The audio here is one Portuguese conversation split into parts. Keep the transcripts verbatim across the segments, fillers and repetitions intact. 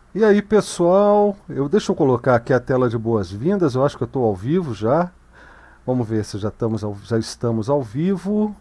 E aí, pessoal, eu deixa eu colocar aqui a tela de boas-vindas. Eu acho que eu estou ao vivo já. Vamos ver se já estamos ao, já estamos ao vivo.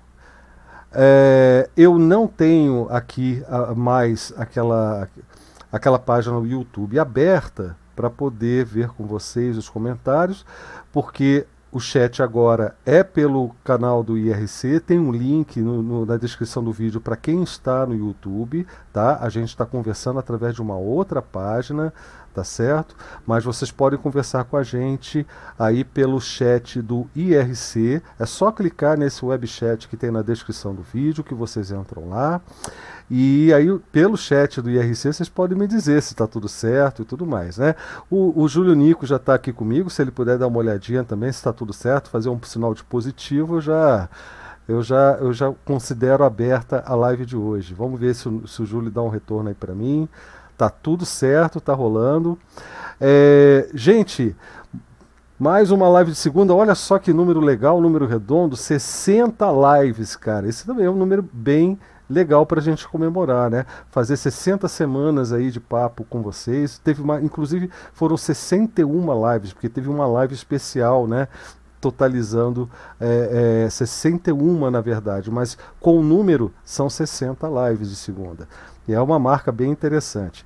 É, eu não tenho aqui ah, mais aquela aquela página no YouTube aberta para poder ver com vocês os comentários, porque o chat agora é pelo canal do I R C, tem um link no, no, na descrição do vídeo para quem está no YouTube, tá? A gente está conversando através de uma outra página, tá certo? Mas vocês podem conversar com a gente aí pelo chat do I R C, é só clicar nesse web chat que tem na descrição do vídeo que vocês entram lá. E aí, pelo chat do I R C, vocês podem me dizer se está tudo certo e tudo mais, né? O, o Júlio Nico já está aqui comigo, se ele puder dar uma olhadinha também, se está tudo certo, fazer um sinal de positivo, eu já, eu já, eu já considero aberta a live de hoje. Vamos ver se o, se o Júlio dá um retorno aí para mim. Tá tudo certo, tá rolando. É, gente, mais uma live de segunda, olha só que número legal, número redondo, sessenta lives, cara. Esse também é um número bem legal para a gente comemorar, né? Fazer sessenta semanas aí de papo com vocês. Teve uma, inclusive foram sessenta e uma lives, porque teve uma live especial, né? Totalizando é, é, sessenta e uma na verdade, mas com o número são sessenta lives de segunda. E é uma marca bem interessante.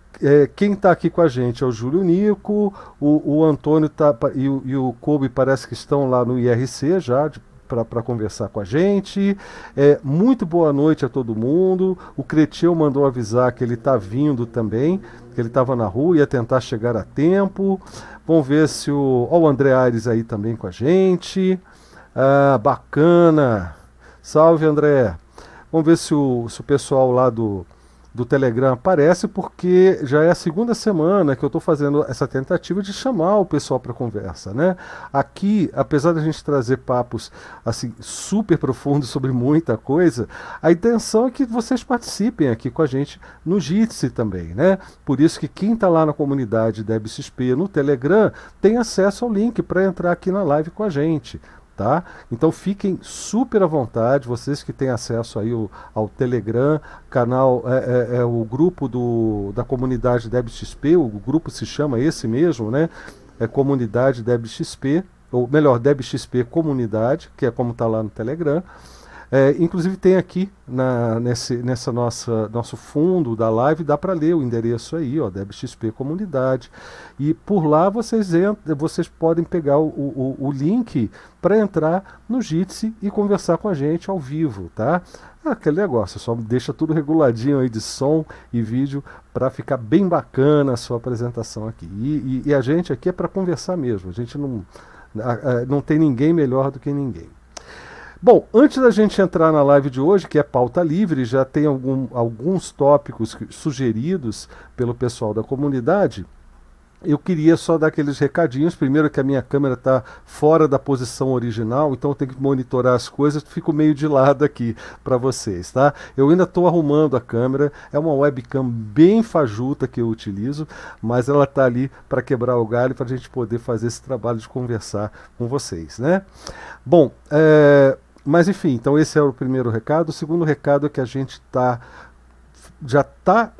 É, quem está aqui com a gente é o Júlio Nico, o, o Antônio tá, e, o, e o Kobe parece que estão lá no I R C já para conversar com a gente. É, muito boa noite a todo mundo. O Cretil mandou avisar que ele está vindo também, que ele estava na rua, ia tentar chegar a tempo. Vamos ver se o. Ó, o André Aires aí também com a gente. Ah, bacana. Salve, André. Vamos ver se o, se o pessoal lá do, do Telegram aparece, porque já é a segunda semana que eu estou fazendo essa tentativa de chamar o pessoal para conversa, né? Aqui, apesar da gente trazer papos assim super profundos sobre muita coisa, a intenção é que vocês participem aqui com a gente no Jitsi também, né? Por isso que quem está lá na comunidade da DebXP no Telegram tem acesso ao link para entrar aqui na live com a gente. Tá? Então fiquem super à vontade, vocês que têm acesso aí ao, ao Telegram, canal, é, é, é o grupo do, da comunidade DebXP, o grupo se chama esse mesmo, né? É Comunidade DebXP, ou melhor, DebXP Comunidade, que é como está lá no Telegram. É, inclusive tem aqui na, nesse nessa nossa nosso fundo da live, dá para ler o endereço aí, ó, DebXP Comunidade. E por lá vocês entram, vocês podem pegar o, o, o link para entrar no Jitsi e conversar com a gente ao vivo, tá? Ah, aquele negócio, só deixa tudo reguladinho aí de som e vídeo para ficar bem bacana a sua apresentação aqui. E, e, e a gente aqui é para conversar mesmo, a gente não, a, a, não tem ninguém melhor do que ninguém. Bom, antes da gente entrar na live de hoje, que é pauta livre, já tem algum, alguns tópicos sugeridos pelo pessoal da comunidade. Eu queria só dar aqueles recadinhos. Primeiro, que a minha câmera está fora da posição original, então eu tenho que monitorar as coisas, fico meio de lado aqui para vocês, tá? Eu ainda estou arrumando a câmera, é uma webcam bem fajuta que eu utilizo, mas ela está ali para quebrar o galho, para a gente poder fazer esse trabalho de conversar com vocês, né? Bom, é... mas enfim, então esse é o primeiro recado. O segundo recado é que a gente está já tá,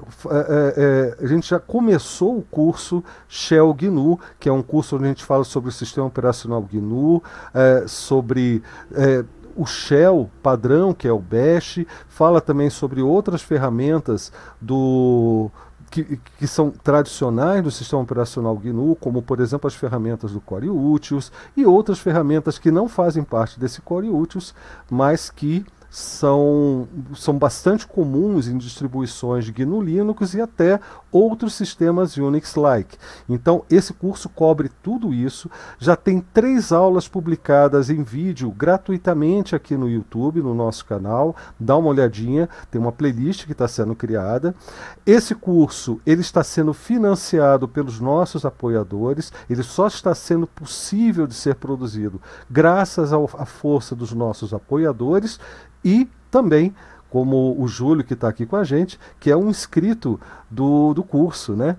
é, é, a gente já começou o curso Shell G N U, que é um curso onde a gente fala sobre o sistema operacional G N U, é, sobre é, o Shell padrão, que é o Bash, fala também sobre outras ferramentas do Que, que são tradicionais do sistema operacional G N U, como por exemplo as ferramentas do Core Utils e outras ferramentas que não fazem parte desse Core Utils, mas que são, são bastante comuns em distribuições de G N U Linux e até outros sistemas Unix-like. Então esse curso cobre tudo isso, já tem três aulas publicadas em vídeo gratuitamente aqui no YouTube, no nosso canal, dá uma olhadinha, tem uma playlist que está sendo criada. Esse curso ele está sendo financiado pelos nossos apoiadores, ele só está sendo possível de ser produzido graças à força dos nossos apoiadores e também como o Júlio, que está aqui com a gente, que é um inscrito do, do curso, né?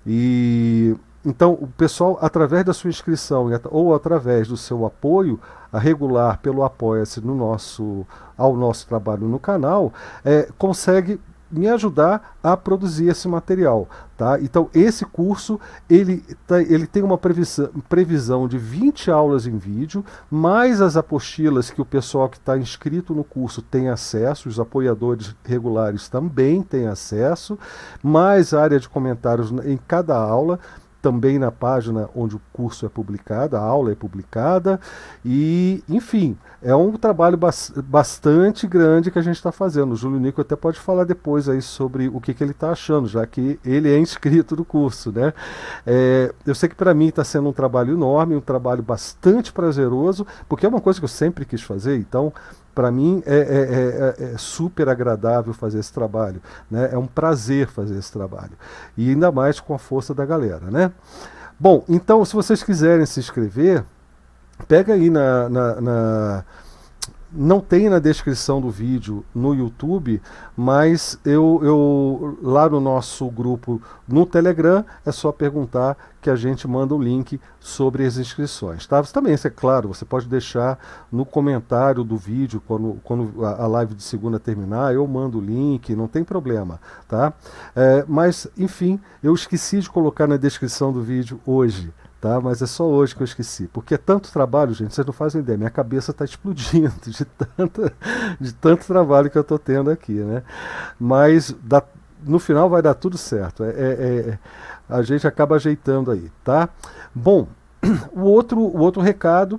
E então o pessoal, através da sua inscrição ou através do seu apoio a regular pelo Apoia-se no nosso, ao nosso trabalho no canal, é, consegue me ajudar a produzir esse material, tá? Então esse curso ele, tá, ele tem uma previsão, previsão de vinte aulas em vídeo, mais as apostilas que o pessoal que está inscrito no curso tem acesso, os apoiadores regulares também têm acesso, mais área de comentários em cada aula, também na página onde o curso é publicado, a aula é publicada, e, enfim, é um trabalho bas bastante grande que a gente está fazendo. O Júlio Nico até pode falar depois aí sobre o que, que ele está achando, já que ele é inscrito no curso, né? É, eu sei que para mim está sendo um trabalho enorme, um trabalho bastante prazeroso, porque é uma coisa que eu sempre quis fazer, então para mim é, é, é, é super agradável fazer esse trabalho, né? É um prazer fazer esse trabalho. E ainda mais com a força da galera, né? Bom, então se vocês quiserem se inscrever, pega aí na, na, na não tem na descrição do vídeo no YouTube, mas eu, eu lá no nosso grupo no Telegram é só perguntar que a gente manda o link sobre as inscrições, tá? Você também, é claro, você pode deixar no comentário do vídeo quando, quando a live de segunda terminar, eu mando o link, não tem problema, tá? É, mas, enfim, eu esqueci de colocar na descrição do vídeo hoje. Tá? Mas é só hoje que eu esqueci, porque é tanto trabalho, gente, vocês não fazem ideia, minha cabeça está explodindo de, tanta, de tanto trabalho que eu estou tendo aqui, né? Mas dá, no final vai dar tudo certo, é, é, é, a gente acaba ajeitando aí, tá? Bom, o outro, o outro recado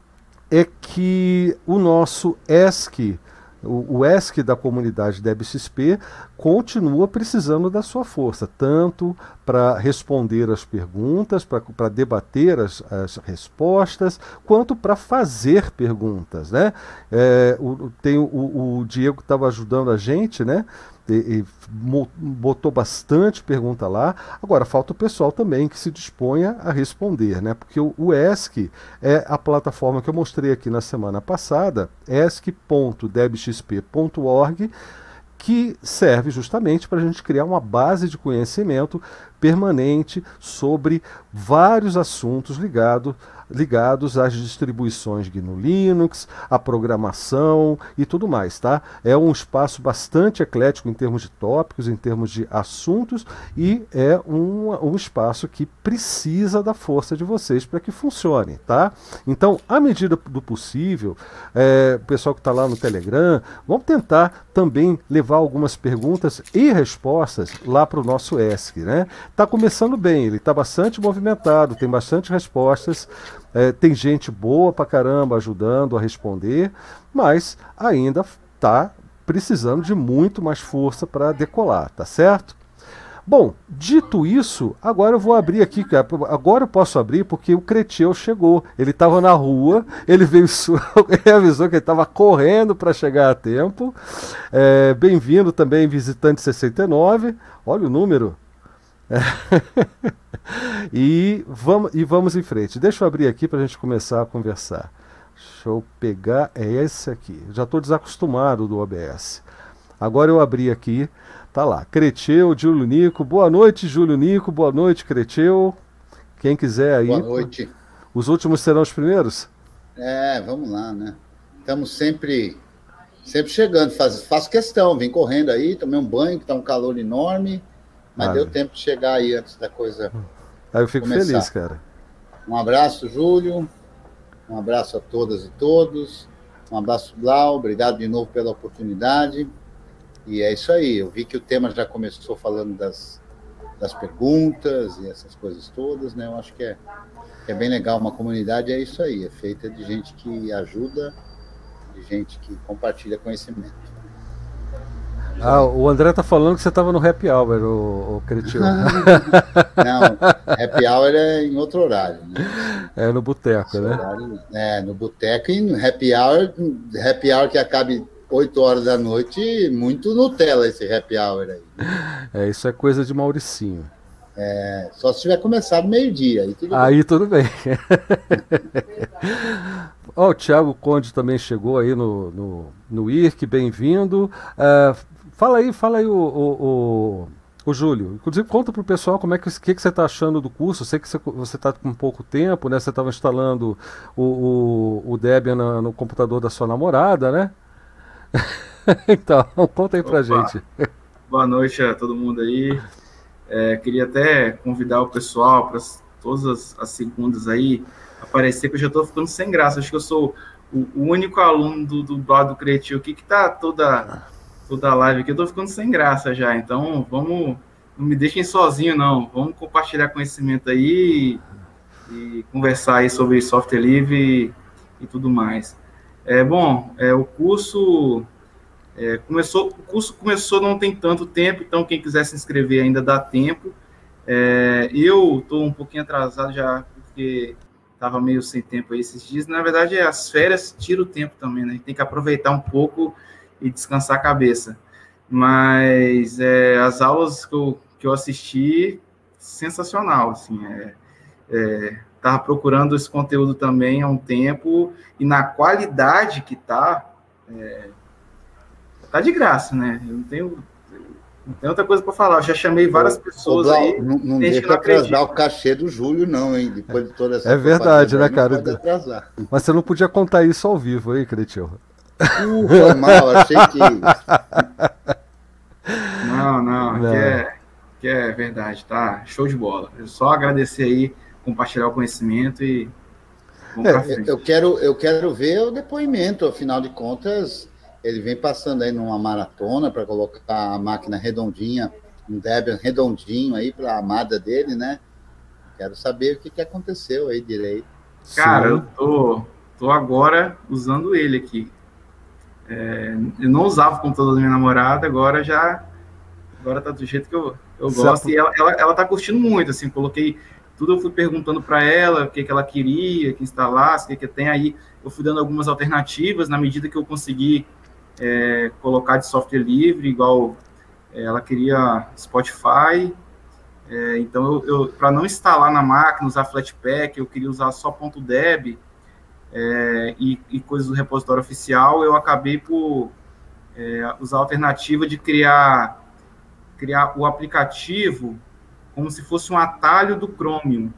é que o nosso E S C, o E S C da comunidade D E B X P continua precisando da sua força, tanto para responder as perguntas, para debater as, as respostas, quanto para fazer perguntas, né? É, o, tem o, o Diego que estava ajudando a gente, né? E, e botou bastante pergunta lá. Agora falta o pessoal também que se disponha a responder, né? Porque o, o E S C é a plataforma que eu mostrei aqui na semana passada, e s c ponto d e b x p ponto org, que serve justamente para a gente criar uma base de conhecimento permanente sobre vários assuntos ligados ligados às distribuições G N U Linux, à programação e tudo mais, tá? É um espaço bastante eclético em termos de tópicos, em termos de assuntos, e é um, um espaço que precisa da força de vocês para que funcione, tá? Então, à medida do possível, é, o pessoal que está lá no Telegram, vamos tentar também levar algumas perguntas e respostas lá para o nosso E S C, né? Tá começando bem, ele está bastante movimentado, tem bastante respostas. É, tem gente boa pra caramba ajudando a responder, mas ainda está precisando de muito mais força para decolar, tá certo? Bom, dito isso, agora eu vou abrir aqui, agora eu posso abrir porque o Creteu chegou, ele estava na rua, ele veio, ele avisou que ele estava correndo para chegar a tempo. É, bem-vindo também, visitante sessenta e nove, olha o número. É. e, vamos, e vamos em frente. Deixa eu abrir aqui para a gente começar a conversar. Deixa eu pegar, é esse aqui. Já estou desacostumado do O B S. Agora eu abri aqui, tá lá. Creteu, Júlio Nico. Boa noite, Júlio Nico. Boa noite, Creteu. Quem quiser aí. Boa noite. Os últimos serão os primeiros? É, vamos lá, né? Estamos sempre, sempre chegando. Faz, faço questão, vim correndo aí, tomei um banho, que está um calor enorme. Mas ah, deu tempo de chegar aí antes da coisa. Aí eu fico começar. Feliz, cara. Um abraço, Júlio. Um abraço a todas e todos. Um abraço, Blau. Obrigado de novo pela oportunidade. E é isso aí. Eu vi que o tema já começou falando das, das perguntas e essas coisas todas, né? Eu acho que é, que é bem legal. Uma comunidade é isso aí. É feita de gente que ajuda, de gente que compartilha conhecimento. Ah, o André tá falando que você estava no happy hour, o, o Creteu. Não, happy hour é em outro horário, né? É no boteco, né? Horário, é, no boteco e no happy hour, happy hour que acabe oito horas da noite, muito Nutella esse happy hour aí. É, isso é coisa de Mauricinho. É, só se tiver começado meio-dia. Aí tudo aí bem. Tudo bem. Ó, o Thiago Conde também chegou aí no, no, no I R C, bem-vindo. Uh, Fala aí, fala aí, o, o, o, o Júlio. Inclusive, conta pro pessoal como é que, que, que você está achando do curso. Eu sei que você está com pouco tempo, né? Você estava instalando o, o, o Debian no, no computador da sua namorada, né? Então, conta aí pra Opa. gente. Boa noite a todo mundo aí. É, queria até convidar o pessoal para todas as, as segundas aí aparecer, que eu já estou ficando sem graça. Acho que eu sou o, o único aluno do, do Blado Criativo aqui que está toda, toda a live aqui. Eu estou ficando sem graça já. Então, vamos, não me deixem sozinho, não. Vamos compartilhar conhecimento aí e, e conversar aí sobre software livre e, e tudo mais. É, bom, é, o curso... É, começou, o curso começou não tem tanto tempo, então quem quiser se inscrever ainda dá tempo. É, eu estou um pouquinho atrasado já, porque estava meio sem tempo aí esses dias. Na verdade, as férias tiram o tempo também, né? A gente tem que aproveitar um pouco e descansar a cabeça. Mas é, as aulas que eu, que eu assisti, sensacional, assim, é, é, estava procurando esse conteúdo também há um tempo, e na qualidade que está... É, tá de graça, né? Eu não tenho, não tenho outra coisa para falar. Eu já chamei várias pessoas Ô, Blau, aí. Não, não deixa atrasar o cachê do Júlio, não, hein? Depois de toda essa É verdade, né, aí, cara? Não pode atrasar. Mas você não podia contar isso ao vivo, aí, Cretil? Uh, foi mal, achei que... Não, não, Não. Que, é, que é verdade, tá? Show de bola. Eu só agradecer aí, compartilhar o conhecimento e vamos É, pra frente. Eu quero, eu quero ver o depoimento, afinal de contas... Ele vem passando aí numa maratona para colocar a máquina redondinha, um Debian redondinho aí para a amada dele, né? Quero saber o que, que aconteceu aí direito. Cara, eu tô, tô agora usando ele aqui. É, eu não usava o computador da minha namorada, agora já agora tá do jeito que eu, eu gosto. Certo. E ela, ela, ela tá curtindo muito, assim, coloquei tudo, eu fui perguntando para ela o que, que ela queria que instalasse, o que, que tem aí. Eu fui dando algumas alternativas na medida que eu consegui É, colocar de software livre, igual é, ela queria Spotify, é, então eu, eu para não instalar na máquina, usar Flatpak, eu queria usar só .deb é, e, e coisas do repositório oficial, eu acabei por é, usar a alternativa de criar, criar o aplicativo como se fosse um atalho do Chromium.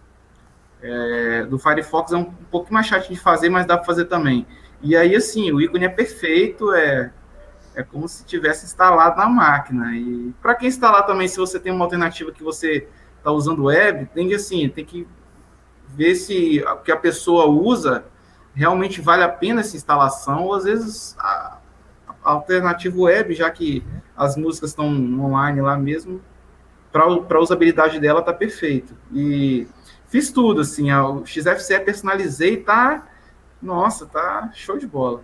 É, do Firefox é um, um pouco mais chato de fazer, mas dá para fazer também. E aí, assim, o ícone é perfeito, é, é como se tivesse instalado na máquina. E para quem instalar também, se você tem uma alternativa que você está usando web, tem que, assim, tem que ver se o que a pessoa usa realmente vale a pena essa instalação, ou às vezes a, a alternativa web, já que as músicas estão online lá mesmo, para a usabilidade dela tá perfeito. E fiz tudo, assim, o X F C E personalizei, tá... Nossa, tá show de bola.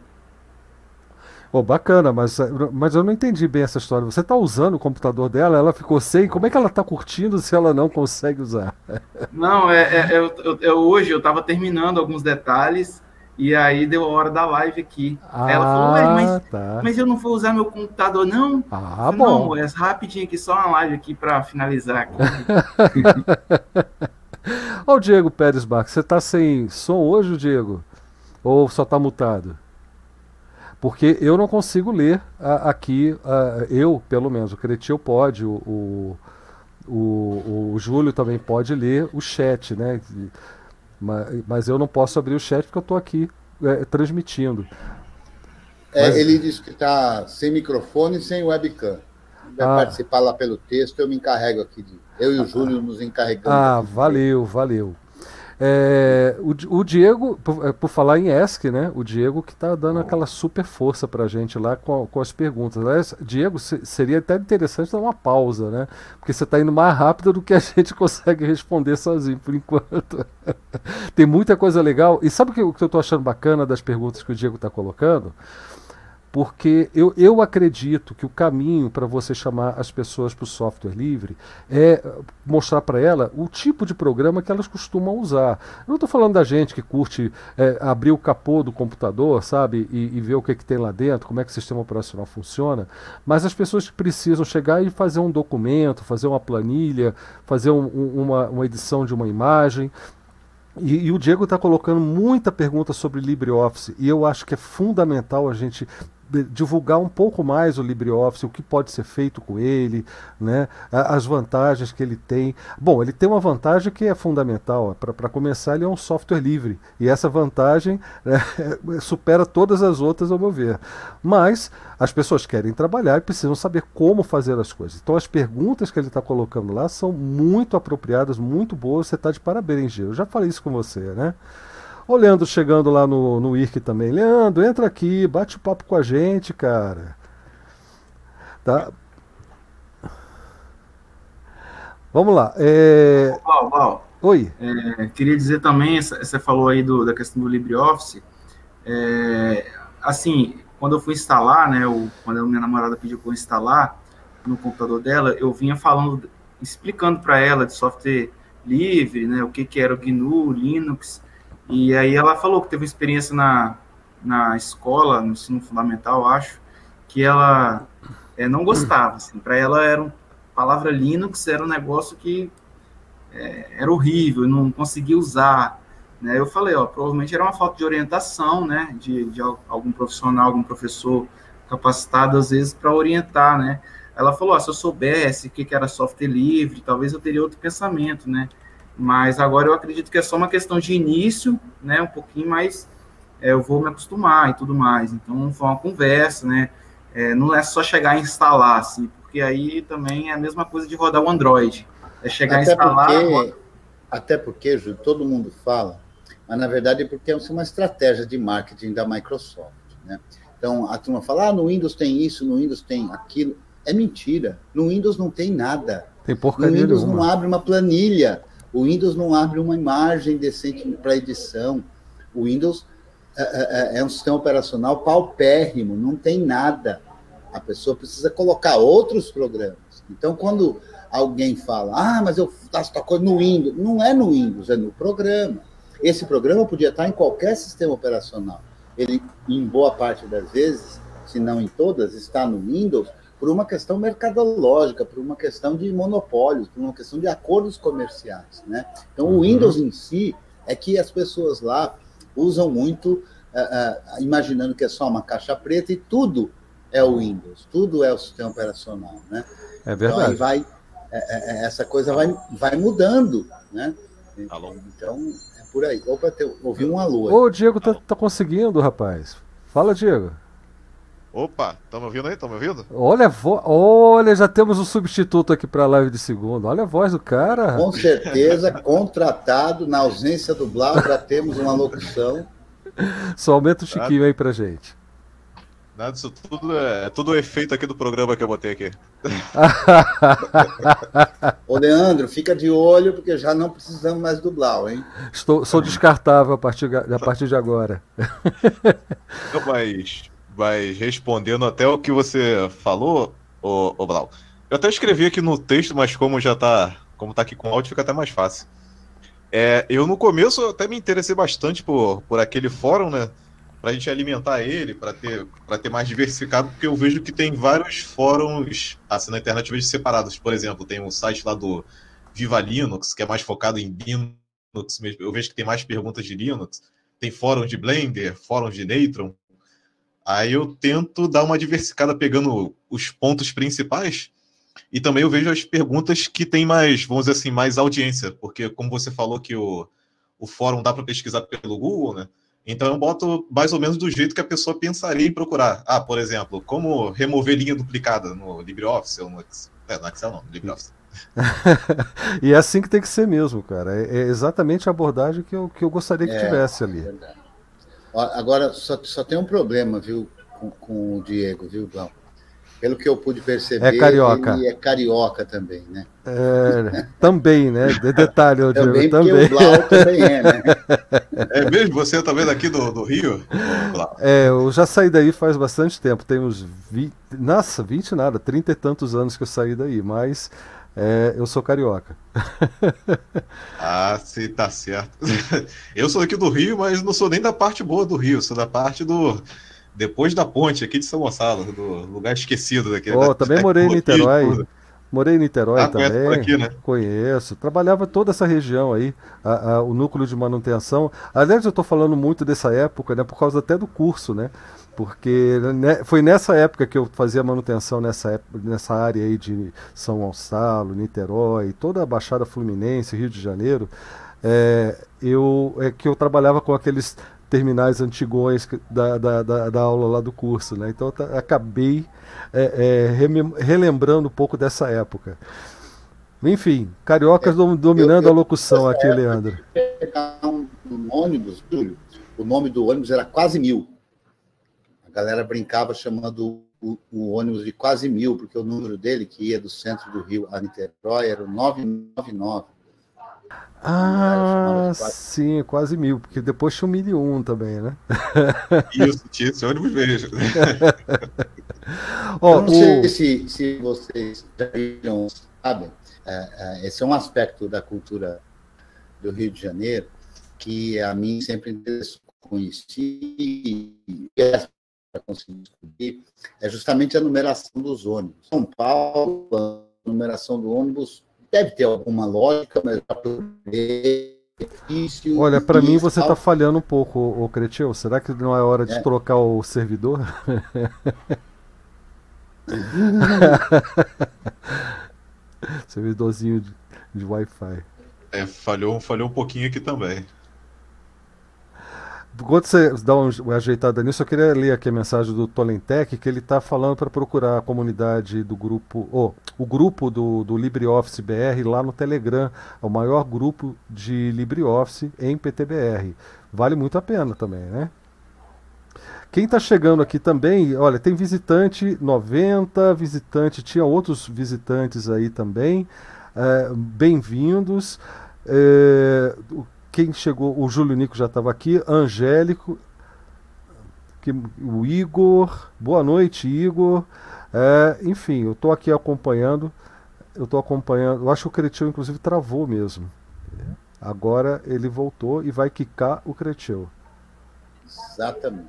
Oh, bacana, mas, mas eu não entendi bem essa história. Você está usando o computador dela, ela ficou sem. Como é que ela está curtindo se ela não consegue usar? Não, é, é, eu, eu, eu, hoje eu estava terminando alguns detalhes e aí deu a hora da live aqui. Ah, ela falou, mas, tá. mas eu não vou usar meu computador, não? Ah, falei, bom. Não, é rapidinho aqui, só uma live aqui para finalizar aqui. Ó, o Diego Pérez Barco, você está sem som hoje, Diego? Ou só está mutado? Porque eu não consigo ler a, aqui, a, eu, pelo menos, o Cretil pode, o, o, o, o Júlio também pode ler o chat, né? Mas, mas eu não posso abrir o chat porque eu estou aqui é, transmitindo. É, Mas... Ele disse que está sem microfone e sem webcam. Vai ah. participar lá pelo texto, eu me encarrego aqui. De, eu e o Júlio nos encarregamos. Ah, valeu, valeu. É, o, o Diego, por, por falar em E S C, né? O Diego que está dando aquela super força para a gente lá com, com as perguntas. Aliás, Diego, se, seria até interessante dar uma pausa, né? Porque você está indo mais rápido do que a gente consegue responder sozinho, por enquanto. Tem muita coisa legal. E sabe o que, o que eu estou achando bacana das perguntas que o Diego está colocando? Porque eu, eu acredito que o caminho para você chamar as pessoas para o software livre é mostrar para ela o tipo de programa que elas costumam usar. Eu não estou falando da gente que curte é, abrir o capô do computador, sabe, e, e ver o que, que tem lá dentro, como é que o sistema operacional funciona, mas as pessoas que precisam chegar e fazer um documento, fazer uma planilha, fazer um, um, uma, uma edição de uma imagem. E, e o Diego está colocando muita pergunta sobre LibreOffice, e eu acho que é fundamental a gente divulgar um pouco mais o LibreOffice, o que pode ser feito com ele, né, as vantagens que ele tem. Bom, ele tem uma vantagem que é fundamental. Para começar, ele é um software livre, e essa vantagem, né, supera todas as outras, ao meu ver. Mas as pessoas querem trabalhar e precisam saber como fazer as coisas. Então as perguntas que ele está colocando lá são muito apropriadas, muito boas. Você está de parabéns, Gil. Eu já falei isso com você, né? O Leandro chegando lá no, no I R C também. Leandro, entra aqui, bate o papo com a gente, cara. Tá? Vamos lá. É... Val, Val, Oi. É, queria dizer também, você falou aí do, da questão do LibreOffice. É, assim, quando eu fui instalar, né, eu, quando a minha namorada pediu para eu instalar no computador dela, eu vinha falando, explicando para ela de software livre, né, o que, que era o G N U, Linux. E aí ela falou que teve uma experiência na, na escola, no ensino fundamental, acho, que ela é, não gostava. Assim, para ela era um, a palavra Linux era um negócio que é, era horrível, não conseguia usar. Né? Eu falei, ó, provavelmente era uma falta de orientação, né, de, de algum profissional, algum professor capacitado, às vezes, para orientar, né. Ela falou, ó, se eu soubesse o que, que era software livre, talvez eu teria outro pensamento, né. Mas agora eu acredito que é só uma questão de início, né, um pouquinho mais, é, eu vou me acostumar e tudo mais. Então, foi uma conversa, né, é, não é só chegar e instalar, assim, porque aí também é a mesma coisa de rodar o Android. É chegar até e instalar... Porque, até porque, Ju, todo mundo fala, mas, na verdade, é porque é uma estratégia de marketing da Microsoft, né? Então, a turma fala, ah, no Windows tem isso, no Windows tem aquilo. É mentira. No Windows não tem nada. Tem porcaria No Windows nenhuma. não abre uma planilha. O Windows não abre uma imagem decente para edição. O Windows é, é, é um sistema operacional paupérrimo, não tem nada. A pessoa precisa colocar outros programas. Então, quando alguém fala, ah, mas eu faço tal coisa no Windows, não é no Windows, é no programa. Esse programa podia estar em qualquer sistema operacional. Ele, em boa parte das vezes, se não em todas, está no Windows por uma questão mercadológica, por uma questão de monopólios, por uma questão de acordos comerciais, né? Então, o Windows em si é que as pessoas lá usam muito, uh, uh, imaginando que é só uma caixa preta e tudo é o Windows, tudo é o sistema operacional, né? É verdade. Então, aí vai, é, é, essa coisa vai, vai mudando, né? Alô? Então, é por aí. Opa, eu ouvi um alô. Ô, o Diego tá, tá conseguindo, rapaz. Fala, Diego. Opa, estão me ouvindo aí? Estão me ouvindo? Olha, vo... Olha, já temos um substituto aqui para a live de segunda. Olha a voz do cara. Com certeza, contratado, na ausência do Blau, já temos uma locução. Só aumenta o Chiquinho aí pra gente. Nada disso tudo é, é tudo o efeito aqui do programa que eu botei aqui. Ô, Leandro, fica de olho, porque já não precisamos mais do Blau, hein? Estou, sou descartável a partir, a partir de agora. Não, mas, mas respondendo até o que você falou, ô, ô Blau, eu até escrevi aqui no texto, mas como já tá, como tá aqui com áudio, fica até mais fácil. É, eu no começo até me interessei bastante por, por aquele fórum, né? Pra gente alimentar ele, para ter, para ter mais diversificado, porque eu vejo que tem vários fóruns assim na internet, eu vejo separados. Por exemplo, tem um site lá do Viva Linux, que é mais focado em Linux mesmo. Eu vejo que tem mais perguntas de Linux. Tem fórum de Blender, fórum de Neutron. Aí eu tento dar uma diversificada pegando os pontos principais. E também eu vejo as perguntas que tem mais, vamos dizer assim, mais audiência. Porque como você falou que o, o fórum dá para pesquisar pelo Google, né? Então eu boto mais ou menos do jeito que a pessoa pensaria em procurar. Ah, por exemplo, como remover linha duplicada no LibreOffice ou no Excel. É, no Excel não, no LibreOffice. E é assim que tem que ser mesmo, cara. É, é exatamente a abordagem que eu, que eu gostaria que É, tivesse ali. Verdade. Ó, agora, só, só tem um problema, viu, com, com o Diego, viu, Blau? Pelo que eu pude perceber, É carioca. ele é carioca também, né? É, também, né? De detalhe, ô, Diego, Também, porque também. o Blau também é, né? É mesmo? Você também daqui do, do Rio? Blau? É, eu já saí daí faz bastante tempo. Tem uns vinte, nossa, vinte nada, trinta e tantos anos que eu saí daí, mas é, eu sou carioca. Ah, sim, tá certo. Eu sou daqui do Rio, mas não sou nem da parte boa do Rio, sou da parte do... Depois da ponte aqui de São Gonçalo, do lugar esquecido daquele. Oh, da, também da morei em Niterói. tudo. Morei em Niterói Ah, também. conhece por aqui, né? Conheço. Trabalhava toda essa região aí, a, a, o núcleo de manutenção. Aliás, eu estou falando muito dessa época, né, por causa até do curso, né? Porque né, foi nessa época que eu fazia manutenção nessa, época, nessa área aí de São Gonçalo, Niterói, toda a Baixada Fluminense, Rio de Janeiro, é, eu, é que eu trabalhava com aqueles terminais antigões da, da, da, da aula lá do curso, né? Então eu acabei é, é, relembrando um pouco dessa época. Enfim, cariocas é, dominando eu, eu, a locução aqui, época, Leandro. Um, um ônibus, Júlio, o nome do ônibus era Quase Mil. A galera brincava chamando o, o ônibus de Quase Mil, porque o número dele, que ia do centro do Rio a Niterói, era o novecentos e noventa e nove. Ah, sim, quase mil, porque depois tinha o mil e um também, né? Isso, tinha esse ônibus mesmo. Oh, não sei o... se, se vocês já viram, sabem, é, é, esse é um aspecto da cultura do Rio de Janeiro que a mim sempre interessou conhecer e para conseguir descobrir, é justamente a numeração dos ônibus. São Paulo, a numeração do ônibus deve ter alguma lógica, mas é difícil. Olha, para mim você está falhando um pouco, ô Cretil. Será que não é hora de é. trocar o servidor? Servidorzinho de, de Wi-Fi. É, falhou, falhou um pouquinho aqui também. Enquanto você dá uma ajeitada nisso, eu queria ler aqui a mensagem do Tolentec, que ele está falando para procurar a comunidade do grupo, oh, o grupo do, do LibreOffice B R lá no Telegram, é o maior grupo de LibreOffice em P T B R. Vale muito a pena também, né? Quem está chegando aqui também, olha, tem visitante noventa, visitante, tinha outros visitantes aí também, é, bem-vindos. É, Quem chegou, o Júlio Nico já estava aqui, Angélico, que, o Igor, boa noite, Igor. É, enfim, eu estou aqui acompanhando, eu estou acompanhando, eu acho que o Cretil, inclusive, travou mesmo. Agora ele voltou e vai quicar o Cretil. Exatamente.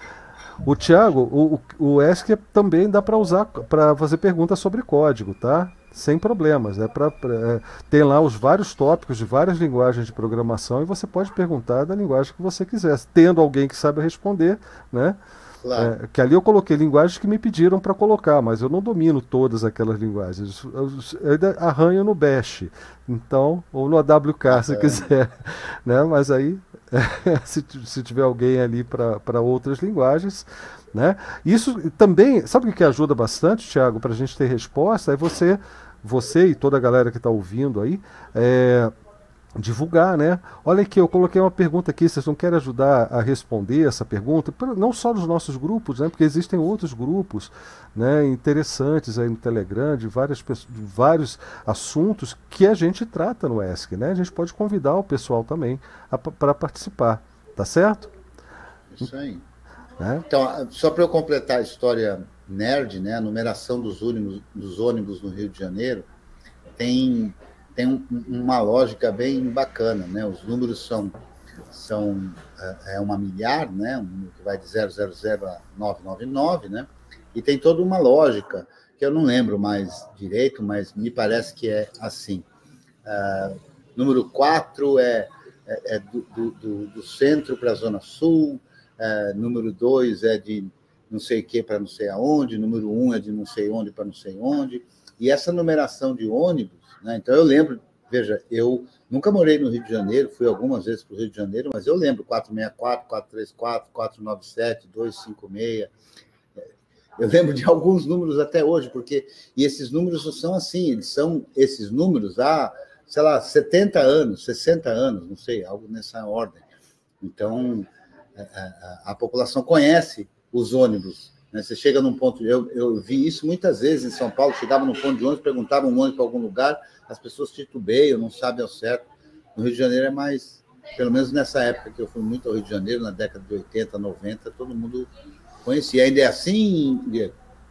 O Thiago, o, o, o ESC também dá para usar para fazer perguntas sobre código, tá? Sem problemas. É pra, pra, é, tem lá os vários tópicos de várias linguagens de programação e você pode perguntar da linguagem que você quiser, tendo alguém que sabe responder, né? Claro. É, que ali eu coloquei linguagens que me pediram para colocar, mas eu não domino todas aquelas linguagens. Eu, eu ainda arranho no Bash, então, ou no A W K, ah, se é. quiser. Né? Mas aí, se, se tiver alguém ali para outras linguagens. Né? Isso também, sabe o que ajuda bastante, Thiago, para a gente ter resposta? É você, você e toda a galera que está ouvindo aí, é, divulgar, né? Olha aqui, eu coloquei uma pergunta aqui, vocês não querem ajudar a responder essa pergunta? Não só dos nossos grupos, né? Porque existem outros grupos, né, interessantes aí no Telegram, de, várias, de vários assuntos que a gente trata no ESC, né? A gente pode convidar o pessoal também para participar, tá certo? Isso aí. É? Então, só para eu completar a história nerd, né, a numeração dos ônibus, dos ônibus no Rio de Janeiro tem, tem um, uma lógica bem bacana, né? Os números são, são é uma milhar, né? Um número que vai de zero zero zero a novecentos e noventa e nove, né? E tem toda uma lógica que eu não lembro mais direito, mas me parece que é assim. Uh, número quatro é, é, é do, do, do centro para a Zona Sul. Uh, número dois é de não sei o que para não sei aonde, número um é de não sei onde para não sei onde, e essa numeração de ônibus, né? Então eu lembro, veja, eu nunca morei no Rio de Janeiro, fui algumas vezes para o Rio de Janeiro, mas eu lembro quatrocentos e sessenta e quatro, quatrocentos e trinta e quatro, quatrocentos e noventa e sete, duzentos e cinquenta e seis, eu lembro de alguns números até hoje, porque, e esses números são assim, eles são esses números há, sei lá, setenta anos, sessenta anos, não sei, algo nessa ordem. Então, A, a, a população conhece os ônibus, né? Você chega num ponto, eu, eu vi isso muitas vezes em São Paulo, chegava num ponto de ônibus, perguntava um ônibus para algum lugar, as pessoas titubeiam, não sabem ao certo. No Rio de Janeiro é mais, pelo menos nessa época que eu fui muito ao Rio de Janeiro, na década de oitenta, noventa, todo mundo conhecia. Ainda é assim, Diego?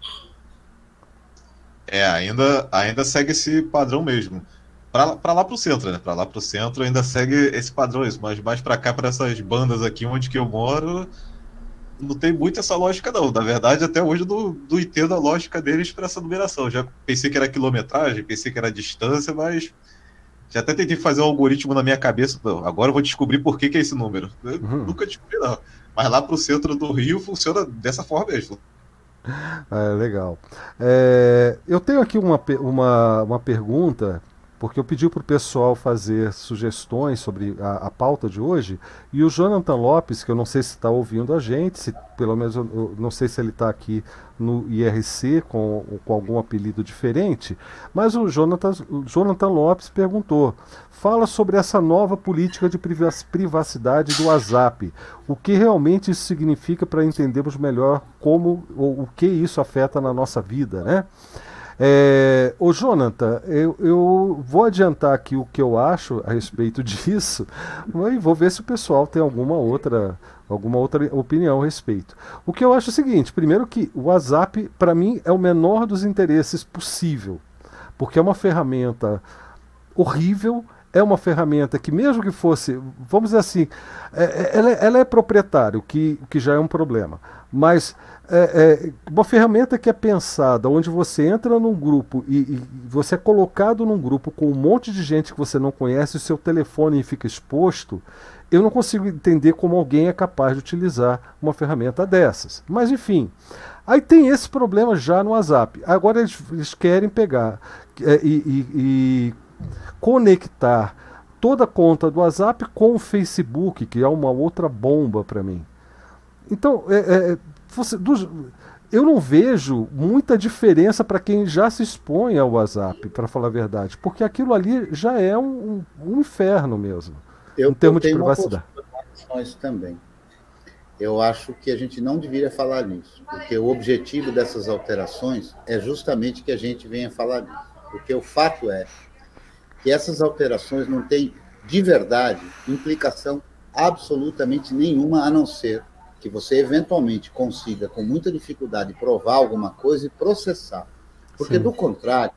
É, ainda, ainda segue esse padrão mesmo. Para lá para o centro, né? Para lá para o centro ainda segue esse padrão, mas mais para cá, para essas bandas aqui onde que eu moro, não tem muito essa lógica, não. Na verdade, até hoje eu não, não entendo a lógica deles para essa numeração. Já pensei que era quilometragem, pensei que era distância, mas já até tentei fazer um algoritmo na minha cabeça. Não, agora eu vou descobrir por que, que é esse número. Eu uhum. nunca descobri, não. Mas lá para o centro do Rio funciona dessa forma mesmo. É, legal. É, eu tenho aqui uma, uma, uma pergunta, porque eu pedi para o pessoal fazer sugestões sobre a, a pauta de hoje, e o Jonathan Lopes, que eu não sei se está ouvindo a gente, se, pelo menos eu, eu não sei se ele está aqui no I R C com, com algum apelido diferente, mas o Jonathan, o Jonathan Lopes perguntou: fala sobre essa nova política de privacidade do WhatsApp. O que realmente isso significa para entendermos melhor como ou o que isso afeta na nossa vida, né? É, ô Jonathan, eu, eu vou adiantar aqui o que eu acho a respeito disso e vou ver se o pessoal tem alguma outra, alguma outra opinião a respeito. O que eu acho é o seguinte: primeiro que o WhatsApp, para mim, é o menor dos interesses possível, porque é uma ferramenta horrível. É uma ferramenta que, mesmo que fosse, vamos dizer assim, é, ela, ela é proprietária, o que, que já é um problema. Mas é, é uma ferramenta que é pensada, onde você entra num grupo e, e você é colocado num grupo com um monte de gente que você não conhece, o seu telefone fica exposto. Eu não consigo entender como alguém é capaz de utilizar uma ferramenta dessas. Mas, enfim, aí tem esse problema já no WhatsApp. Agora eles, eles querem pegar é, e, e, e conectar toda a conta do WhatsApp com o Facebook, que é uma outra bomba para mim. Então, é, é, você, dos, eu não vejo muita diferença para quem já se expõe ao WhatsApp, para falar a verdade, porque aquilo ali já é um, um inferno mesmo, eu, em termos eu de privacidade. Isso também. Eu acho que a gente não deveria falar nisso, porque o objetivo dessas alterações é justamente que a gente venha falar nisso, porque o fato é que essas alterações não têm, de verdade, implicação absolutamente nenhuma, a não ser que você eventualmente consiga, com muita dificuldade, provar alguma coisa e processar. Porque, Sim. do contrário,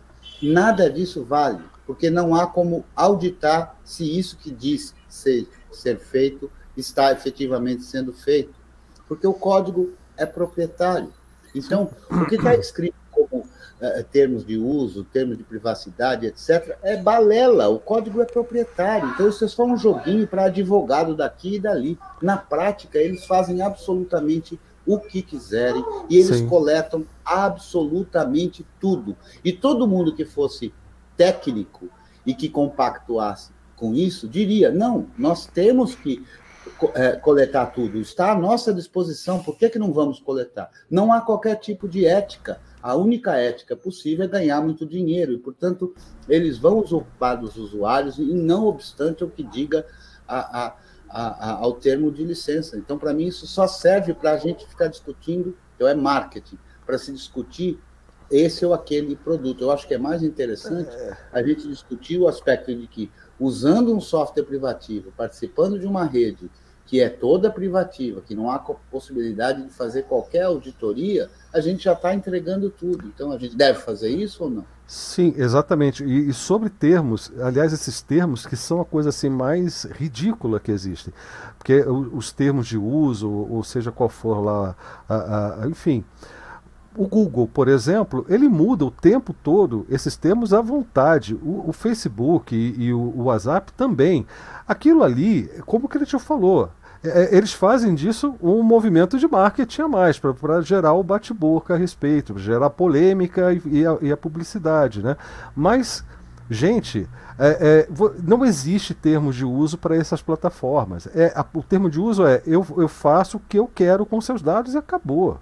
nada disso vale, porque não há como auditar se isso que diz ser, ser feito está efetivamente sendo feito, porque o código é proprietário. Então, o que está escrito como uh, termos de uso, termos de privacidade, etcétera, é balela, o código é proprietário. Então, isso é só um joguinho para advogado daqui e dali. Na prática, eles fazem absolutamente o que quiserem e eles Sim. coletam absolutamente tudo. E todo mundo que fosse técnico e que compactuasse com isso, diria, não, nós temos que É, coletar tudo, está à nossa disposição, por que, que não vamos coletar? Não há qualquer tipo de ética, a única ética possível é ganhar muito dinheiro, e, portanto, eles vão usurpar dos usuários, e não obstante o que diga a, a, a, a, ao termo de licença. Então, para mim, isso só serve para a gente ficar discutindo, então é marketing, para se discutir esse ou aquele produto. Eu acho que é mais interessante a gente discutir o aspecto de que, usando um software privativo, participando de uma rede que é toda privativa, que não há possibilidade de fazer qualquer auditoria, a gente já está entregando tudo. Então, a gente deve fazer isso ou não? Sim, exatamente. E, e sobre termos, aliás, esses termos que são a coisa assim mais ridícula que existe. Porque os termos de uso, ou seja qual for lá, a, a, enfim... O Google, por exemplo, ele muda o tempo todo esses termos à vontade. O, o Facebook e, e o, o WhatsApp também. Aquilo ali, como o Cretil falou, é, eles fazem disso um movimento de marketing a mais, para gerar o bate-boca a respeito, gerar polêmica e, e, a, e a publicidade, né? Mas, gente, é, é, não existe termos de uso para essas plataformas. É, a, o termo de uso é eu, eu faço o que eu quero com seus dados e acabou.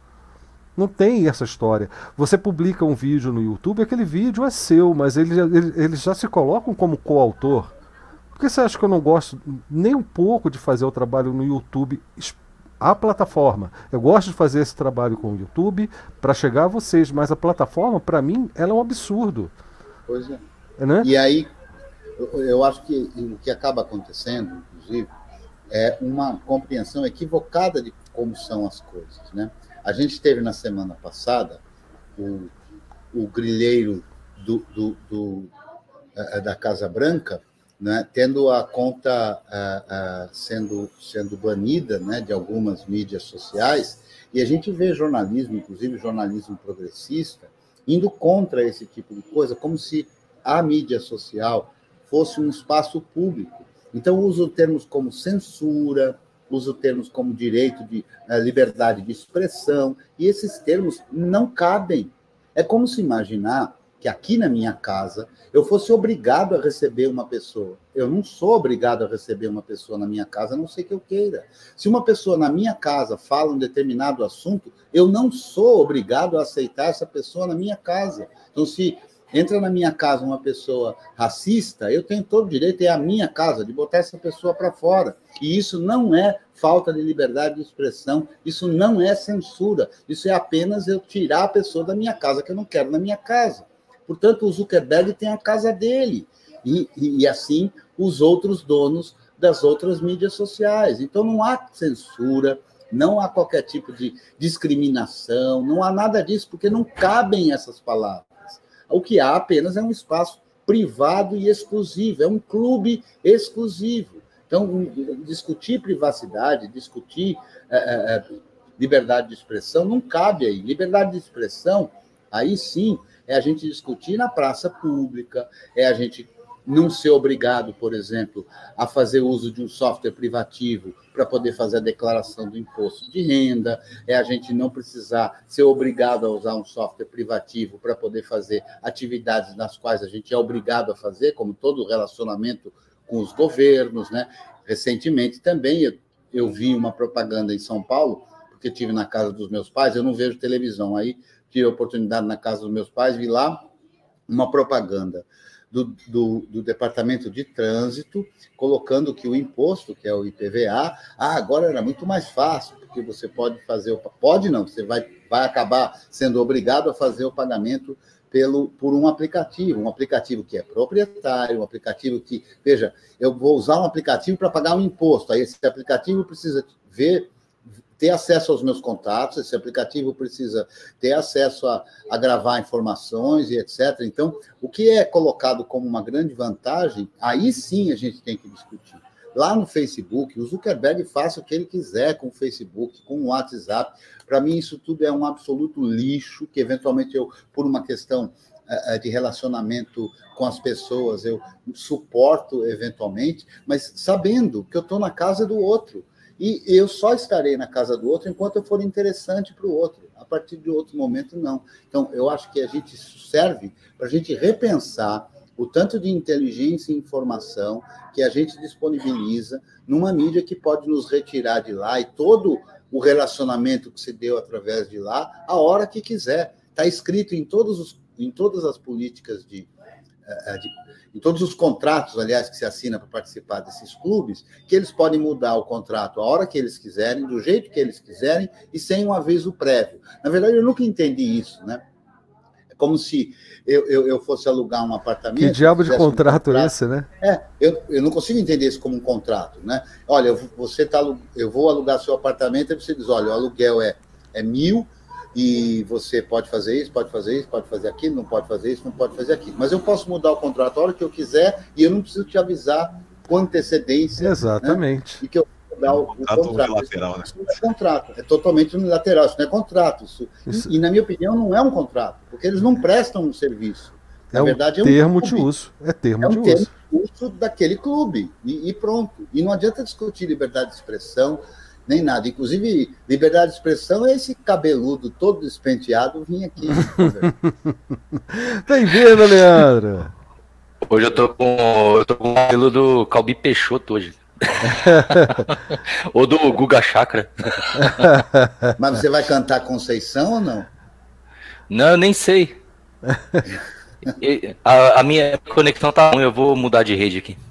Não tem essa história. Você publica um vídeo no YouTube, aquele vídeo é seu, mas eles, eles, eles já se colocam como coautor. Por que você acha que eu não gosto nem um pouco de fazer o trabalho no YouTube, a plataforma? Eu gosto de fazer esse trabalho com o YouTube para chegar a vocês, mas a plataforma, para mim, ela é um absurdo. Pois é. É, né? E aí, eu, eu acho que o que acaba acontecendo, inclusive, é uma compreensão equivocada de como são as coisas, né? A gente teve na semana passada o, o grilheiro do, do, do, uh, da Casa Branca, né, tendo a conta uh, uh, sendo, sendo banida, né, de algumas mídias sociais, e a gente vê jornalismo, inclusive jornalismo progressista, indo contra esse tipo de coisa, como se a mídia social fosse um espaço público. Então, usam termos como censura, uso termos como direito de uh, liberdade de expressão, e esses termos não cabem. É como se imaginar que aqui na minha casa eu fosse obrigado a receber uma pessoa. Eu não sou obrigado a receber uma pessoa na minha casa, a não ser que eu queira. Se uma pessoa na minha casa fala um determinado assunto, eu não sou obrigado a aceitar essa pessoa na minha casa. Então, se entra na minha casa uma pessoa racista, eu tenho todo o direito, é a minha casa, de botar essa pessoa para fora. E isso não é falta de liberdade de expressão, isso não é censura, isso é apenas eu tirar a pessoa da minha casa, que eu não quero na minha casa. Portanto, o Zuckerberg tem a casa dele, e, e, e assim os outros donos das outras mídias sociais. Então, não há censura, não há qualquer tipo de discriminação, não há nada disso, porque não cabem essas palavras. O que há apenas é um espaço privado e exclusivo, é um clube exclusivo. Então, discutir privacidade, discutir é, é, liberdade de expressão, não cabe aí. Liberdade de expressão, aí sim, é a gente discutir na praça pública, é a gente não ser obrigado, por exemplo, a fazer uso de um software privativo para poder fazer a declaração do imposto de renda, é a gente não precisar ser obrigado a usar um software privativo para poder fazer atividades nas quais a gente é obrigado a fazer, como todo o relacionamento com os governos, né? Recentemente também eu, eu vi uma propaganda em São Paulo, porque estive na casa dos meus pais, eu não vejo televisão, aí tive a oportunidade na casa dos meus pais, vi lá uma propaganda do, do, do Departamento de Trânsito, colocando que o imposto, que é o I P V A, ah, agora era muito mais fácil, porque você pode fazer, o, pode não, você vai, vai acabar sendo obrigado a fazer o pagamento pelo, por um aplicativo, um aplicativo que é proprietário, um aplicativo que, veja, eu vou usar um aplicativo para pagar um imposto, aí esse aplicativo precisa ver, ter acesso aos meus contatos, esse aplicativo precisa ter acesso a, a gravar informações e etcétera. Então, o que é colocado como uma grande vantagem, aí sim a gente tem que discutir. Lá no Facebook, o Zuckerberg faça o que ele quiser com o Facebook, com o WhatsApp. Para mim, isso tudo é um absoluto lixo, que eventualmente eu, por uma questão uh, de relacionamento com as pessoas, eu suporto eventualmente, mas sabendo que eu estou na casa do outro. E eu só estarei na casa do outro enquanto eu for interessante para o outro. A partir de outro momento, não. Então, eu acho que a gente serve para a gente repensar o tanto de inteligência e informação que a gente disponibiliza numa mídia que pode nos retirar de lá e todo o relacionamento que se deu através de lá, a hora que quiser. Está escrito em, todos os, em todas as políticas de... de em todos os contratos, aliás, que se assina para participar desses clubes, que eles podem mudar o contrato a hora que eles quiserem, do jeito que eles quiserem, e sem um aviso prévio. Na verdade, eu nunca entendi isso, né? É como se eu, eu, eu fosse alugar um apartamento... Que diabo de contrato, um contrato é esse, né? É, eu, eu não consigo entender isso como um contrato, né? Olha, eu, você tá, eu vou alugar seu apartamento, e você diz, olha, o aluguel é, é mil... e você pode fazer isso, pode fazer isso, pode fazer aquilo, não pode fazer isso, não pode fazer aquilo. Mas eu posso mudar o contrato a hora que eu quiser e eu não preciso te avisar com antecedência. Exatamente. Né? E que eu vou mudar o, o contrato. Unilateral, né? Isso não é contrato, é totalmente unilateral, isso não é contrato. Isso, isso... E, e, na minha opinião, não é um contrato, porque eles não prestam um serviço. Na é um verdade, é um termo clube. de uso. É termo é um de termo uso. de uso daquele clube. E, e pronto. E não adianta discutir liberdade de expressão, nem nada. Inclusive, liberdade de expressão é esse cabeludo todo despenteado vir aqui. Bem-vindo, Leandro. Hoje eu tô com, eu tô com o cabelo do Calbi Peixoto hoje. Ou do Guga Chakra. Mas você vai cantar Conceição ou não? Não, eu nem sei. A, a minha conexão tá ruim, eu vou mudar de rede aqui.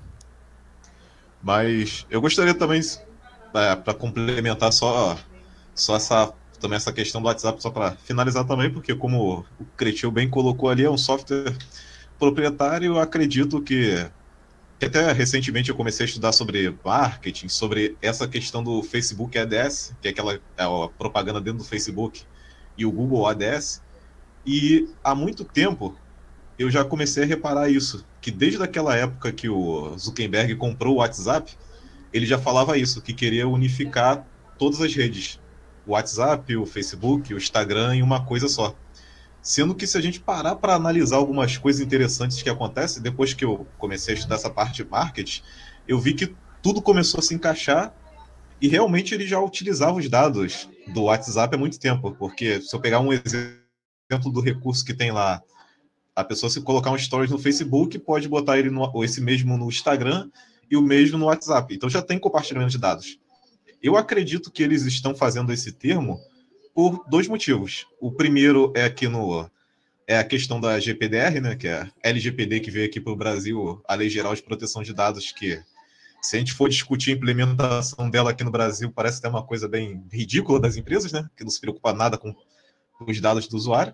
Mas eu gostaria também... É, para complementar só, só essa, também essa questão do WhatsApp, só para finalizar também, porque como o Cretil bem colocou ali, é um software proprietário. Eu acredito que, que até recentemente eu comecei a estudar sobre marketing, sobre essa questão do Facebook A D S, que é aquela é a propaganda dentro do Facebook, e o Google A D S, e há muito tempo eu já comecei a reparar isso, que desde aquela época que o Zuckerberg comprou o WhatsApp, ele já falava isso, que queria unificar todas as redes. O WhatsApp, o Facebook, o Instagram em uma coisa só. Sendo que se a gente parar para analisar algumas coisas interessantes que acontecem, depois que eu comecei a estudar essa parte de marketing, eu vi que tudo começou a se encaixar E realmente ele já utilizava os dados do WhatsApp há muito tempo, porque se eu pegar um exemplo do recurso que tem lá, a pessoa se colocar um stories no Facebook, pode botar ele no, ou esse mesmo no Instagram e o mesmo no WhatsApp. Então já tem compartilhamento de dados. Eu acredito que eles estão fazendo esse termo por dois motivos. O primeiro é que no é a questão da G P D R, né, que é a L G P D que veio aqui para o Brasil, a Lei Geral de Proteção de Dados, que se a gente for discutir a implementação dela aqui no Brasil, parece até uma coisa bem ridícula das empresas, né, que não se preocupa nada com os dados do usuário.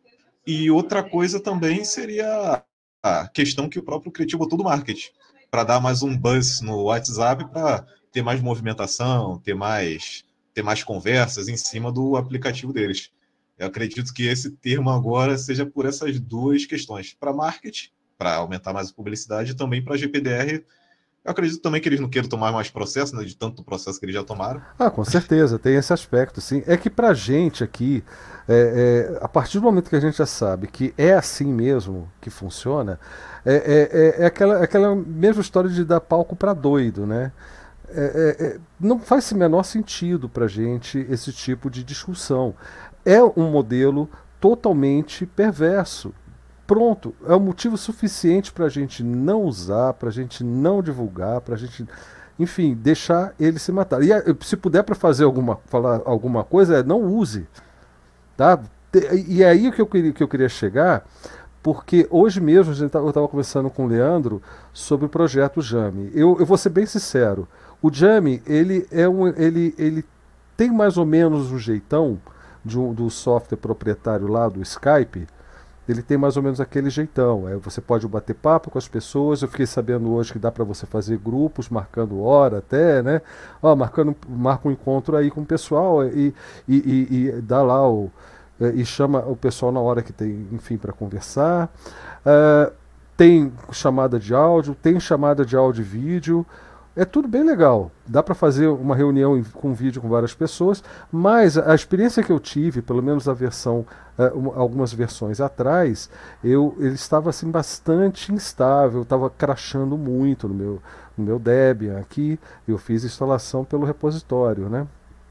E outra coisa também seria a questão que o próprio Criativo botou do marketing, para dar mais um buzz no WhatsApp, para ter mais movimentação, ter mais, ter mais conversas em cima do aplicativo deles. Eu acredito que esse termo agora seja por essas duas questões. Para marketing, para aumentar mais a publicidade, e também para G P D R. Eu acredito também que eles não queiram tomar mais processo, né, de tanto processo que eles já tomaram. Ah, com certeza, tem esse aspecto, sim. É que pra gente aqui, é, é, a partir do momento que a gente já sabe que é assim mesmo que funciona, é, é, é, aquela, aquela mesma história de dar palco pra doido, né? É, é, é, não faz o menor sentido pra gente esse tipo de discussão. É um modelo totalmente perverso. Pronto, é um motivo suficiente para a gente não usar, para a gente não divulgar, para a gente, enfim, deixar ele se matar. E se puder para fazer alguma, falar alguma coisa, é não use, tá? E é aí que eu queria, que eu queria chegar, porque hoje mesmo eu estava conversando com o Leandro sobre o projeto Jame. Eu, eu vou ser bem sincero, o Jame ele é um, ele, ele tem mais ou menos um jeitão de um, do software proprietário lá do Skype. Ele tem mais ou menos aquele jeitão. É, você pode bater papo com as pessoas. Eu fiquei sabendo hoje que dá para você fazer grupos, marcando hora até, né? Ó, marcando, marca um encontro aí com o pessoal e, e, e, e dá lá o e chama o pessoal na hora que tem, enfim, para conversar. Uh, tem chamada de áudio, tem chamada de áudio e vídeo. É tudo bem legal. Dá para fazer uma reunião em, com vídeo com várias pessoas, mas a experiência que eu tive, pelo menos a versão, uh, uma, algumas versões atrás, eu, ele estava assim bastante instável, estava crashando muito no meu, no meu Debian aqui. Eu fiz instalação pelo repositório, né?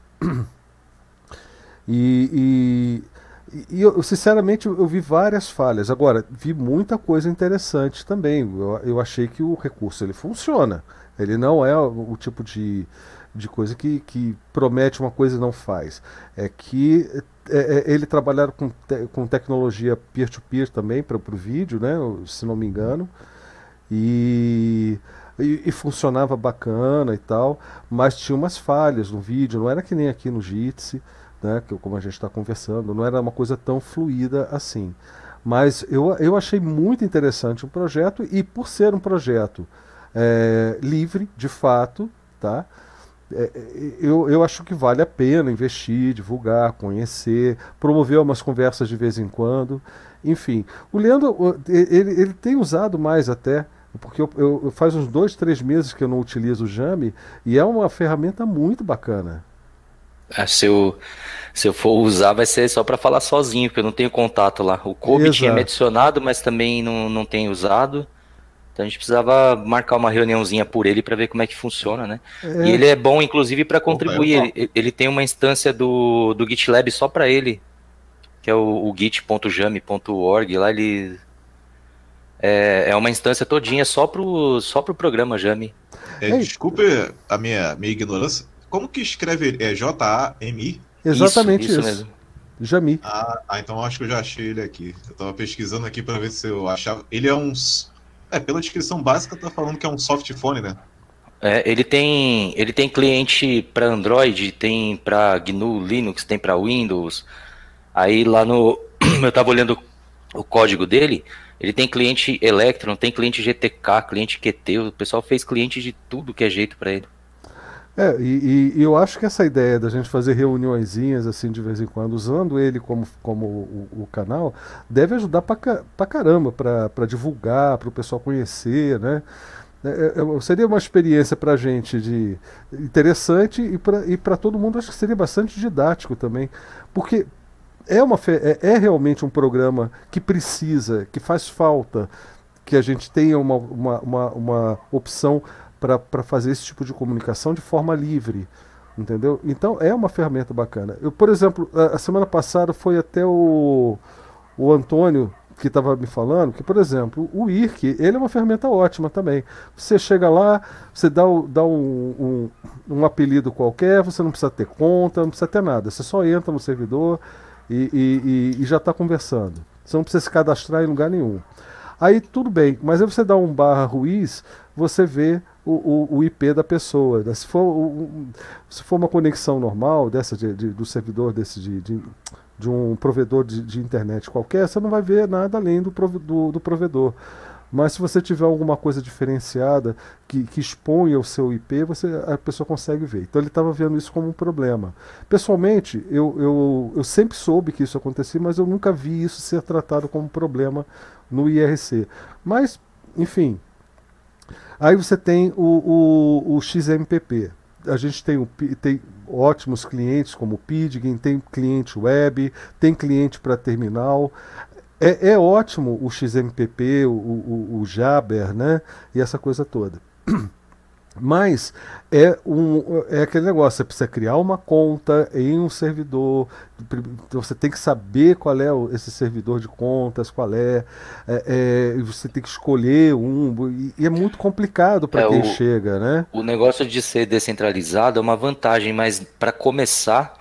E, e, e eu, sinceramente, eu vi várias falhas. Agora, vi muita coisa interessante também. Eu, eu achei que o recurso ele funciona. Ele não é o, o tipo de, de coisa que, que promete uma coisa e não faz. É que é, é, ele trabalharam com, te, com tecnologia peer-to-peer também para o vídeo, né, se não me engano. E, e, e funcionava bacana e tal, mas tinha umas falhas no vídeo. Não era que nem aqui no Jitsi, né, que, como a gente está conversando, não era uma coisa tão fluida assim. Mas eu, eu achei muito interessante o projeto, e por ser um projeto É, livre, de fato, tá? É, eu, eu acho que vale a pena investir, divulgar, conhecer, promover umas conversas de vez em quando. Enfim, o Leandro, ele, ele tem usado mais até, porque eu, eu, faz uns dois, três meses que eu não utilizo o Jame, e é uma ferramenta muito bacana. Ah, se, eu, se eu for usar, vai ser só para falar sozinho, porque eu não tenho contato lá. O Kobe Exato. Tinha me adicionado, mas também não, não tem usado. Então a gente precisava marcar uma reuniãozinha por ele para ver como é que funciona, né? É. E ele é bom, inclusive, para contribuir. Ele, ele tem uma instância do, do GitLab só para ele, que é o, o git ponto jame ponto org. Lá ele é, é uma instância todinha só pro, só pro programa Jame. É, desculpe a minha, minha ignorância. Como que escreve ele? É J A M I? Exatamente isso. Isso, isso mesmo. Jame. Ah, ah, então acho que eu já achei ele aqui. Eu tava pesquisando aqui para ver se eu achava. Ele é um... É, pela descrição básica tá falando que é um soft phone, né? É, ele tem, ele tem cliente para Android, tem para G N U Linux, tem para Windows. Aí lá no... eu tava olhando o código dele, ele tem cliente Electron, tem cliente G T K, cliente Q T, o pessoal fez cliente de tudo que é jeito para ele. É, e, e eu acho que essa ideia da gente fazer reuniõezinhas assim de vez em quando, usando ele como, como o, o canal, deve ajudar pra, pra caramba para divulgar, para o pessoal conhecer, né? É, é, seria uma experiência para a gente de interessante, e para e para todo mundo acho que seria bastante didático também, porque é, uma, é, é realmente um programa que precisa, que faz falta, que a gente tenha uma, uma, uma, uma opção para fazer esse tipo de comunicação de forma livre, Entendeu? Então é uma ferramenta bacana. Eu, por exemplo, a, a semana passada foi até o, o Antônio que estava me falando que, por exemplo, o I R C, ele é uma ferramenta ótima também. Você chega lá, você dá, o, dá um, um, um apelido qualquer, você não precisa ter conta, não precisa ter nada. Você só entra no servidor e, e, e, e já está conversando. Você não precisa se cadastrar em lugar nenhum. Aí tudo bem, mas aí você dá um barra Ruiz, você vê o, o, o I P da pessoa. Se for, o, se for uma conexão normal dessa de, de, do servidor desse de, de, de um provedor de, de internet qualquer, você não vai ver nada além do, do, do provedor. Mas se você tiver alguma coisa diferenciada que, que exponha o seu I P, você, a pessoa consegue ver. Então ele estava vendo isso como um problema. Pessoalmente, eu, eu, eu sempre soube que isso acontecia, mas eu nunca vi isso ser tratado como problema no I R C. Mas, enfim. Aí você tem o, o, o X M P P. A gente tem, o, tem ótimos clientes como o Pidgin, tem cliente web, tem cliente para terminal. É, é ótimo o X M P P, o, o, o Jabber, né? E essa coisa toda. Mas é, um, é aquele negócio, você precisa criar uma conta em um servidor, você tem que saber qual é esse servidor de contas, qual é, é, é você tem que escolher um, e é muito complicado para é, quem o, chega, né? O negócio de ser descentralizado é uma vantagem, mas para começar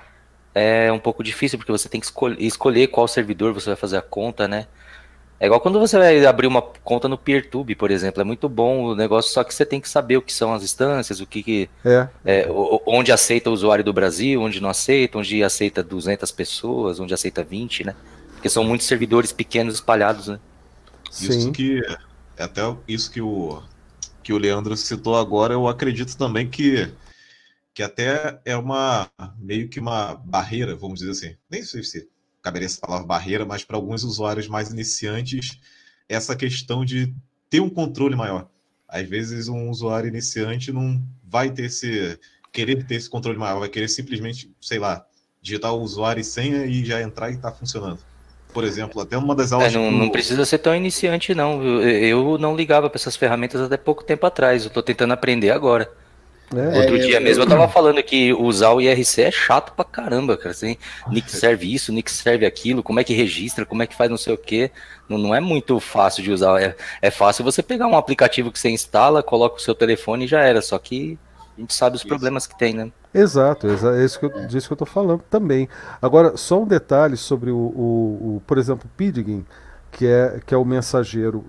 é um pouco difícil, porque você tem que escolher, escolher qual servidor você vai fazer a conta, né? É igual quando você vai abrir uma conta no PeerTube, por exemplo. É muito bom o negócio, só que você tem que saber o que são as instâncias, o que, que é. É, onde aceita o usuário do Brasil, onde não aceita, onde aceita duzentas pessoas, onde aceita vinte, né? Porque são muitos servidores pequenos espalhados, né? Sim. Isso que até isso que o que o Leandro citou agora, eu acredito também que que até é uma meio que uma barreira, vamos dizer assim. Nem sei se caberia essa palavra barreira, mas para alguns usuários mais iniciantes, essa questão de ter um controle maior. Às vezes um usuário iniciante não vai ter esse, querer ter esse controle maior, vai querer simplesmente, sei lá, digitar o usuário e senha e já entrar e está funcionando. Por exemplo, até uma das aulas... É, não, do... não precisa ser tão iniciante, não. Eu, eu não ligava para essas ferramentas até pouco tempo atrás, eu estou tentando aprender agora. É, Outro é, dia eu, mesmo eu tava falando que usar o I R C é chato pra caramba, cara. Assim, Nick serve isso, Nick serve aquilo, como é que registra, como é que faz não sei o que. Não, não é muito fácil de usar. É, é fácil você pegar um aplicativo que você instala, coloca o seu telefone e já era. Só que a gente sabe os isso. problemas que tem, né? Exato, é isso que eu, disso que eu tô falando também. Agora, só um detalhe sobre o, o, o por exemplo, o Pidgin, que é, que é o mensageiro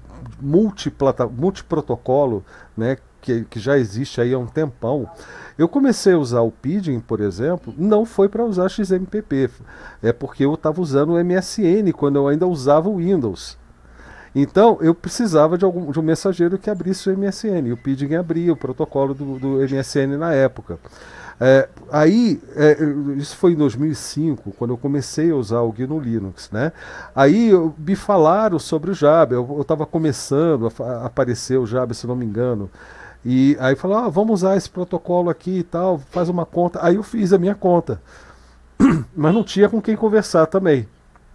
multiplata, multiprotocolo, né? Que, que já existe aí há um tempão. Eu comecei a usar o Pidgin, por exemplo, não foi para usar X M P P, é porque eu estava usando o M S N quando eu ainda usava o Windows. Então eu precisava de, algum, de um mensageiro que abrisse o M S N, e o Pidgin abria o protocolo do, do M S N na época. É, aí, é, isso foi em dois mil e cinco, quando eu comecei a usar o G N U Linux, né? Aí eu, me falaram sobre o Jabber, eu estava começando a, a aparecer o Jabber, se não me engano. E aí falou, ah, vamos usar esse protocolo aqui e tal, faz uma conta. Aí eu fiz a minha conta, mas não tinha com quem conversar também.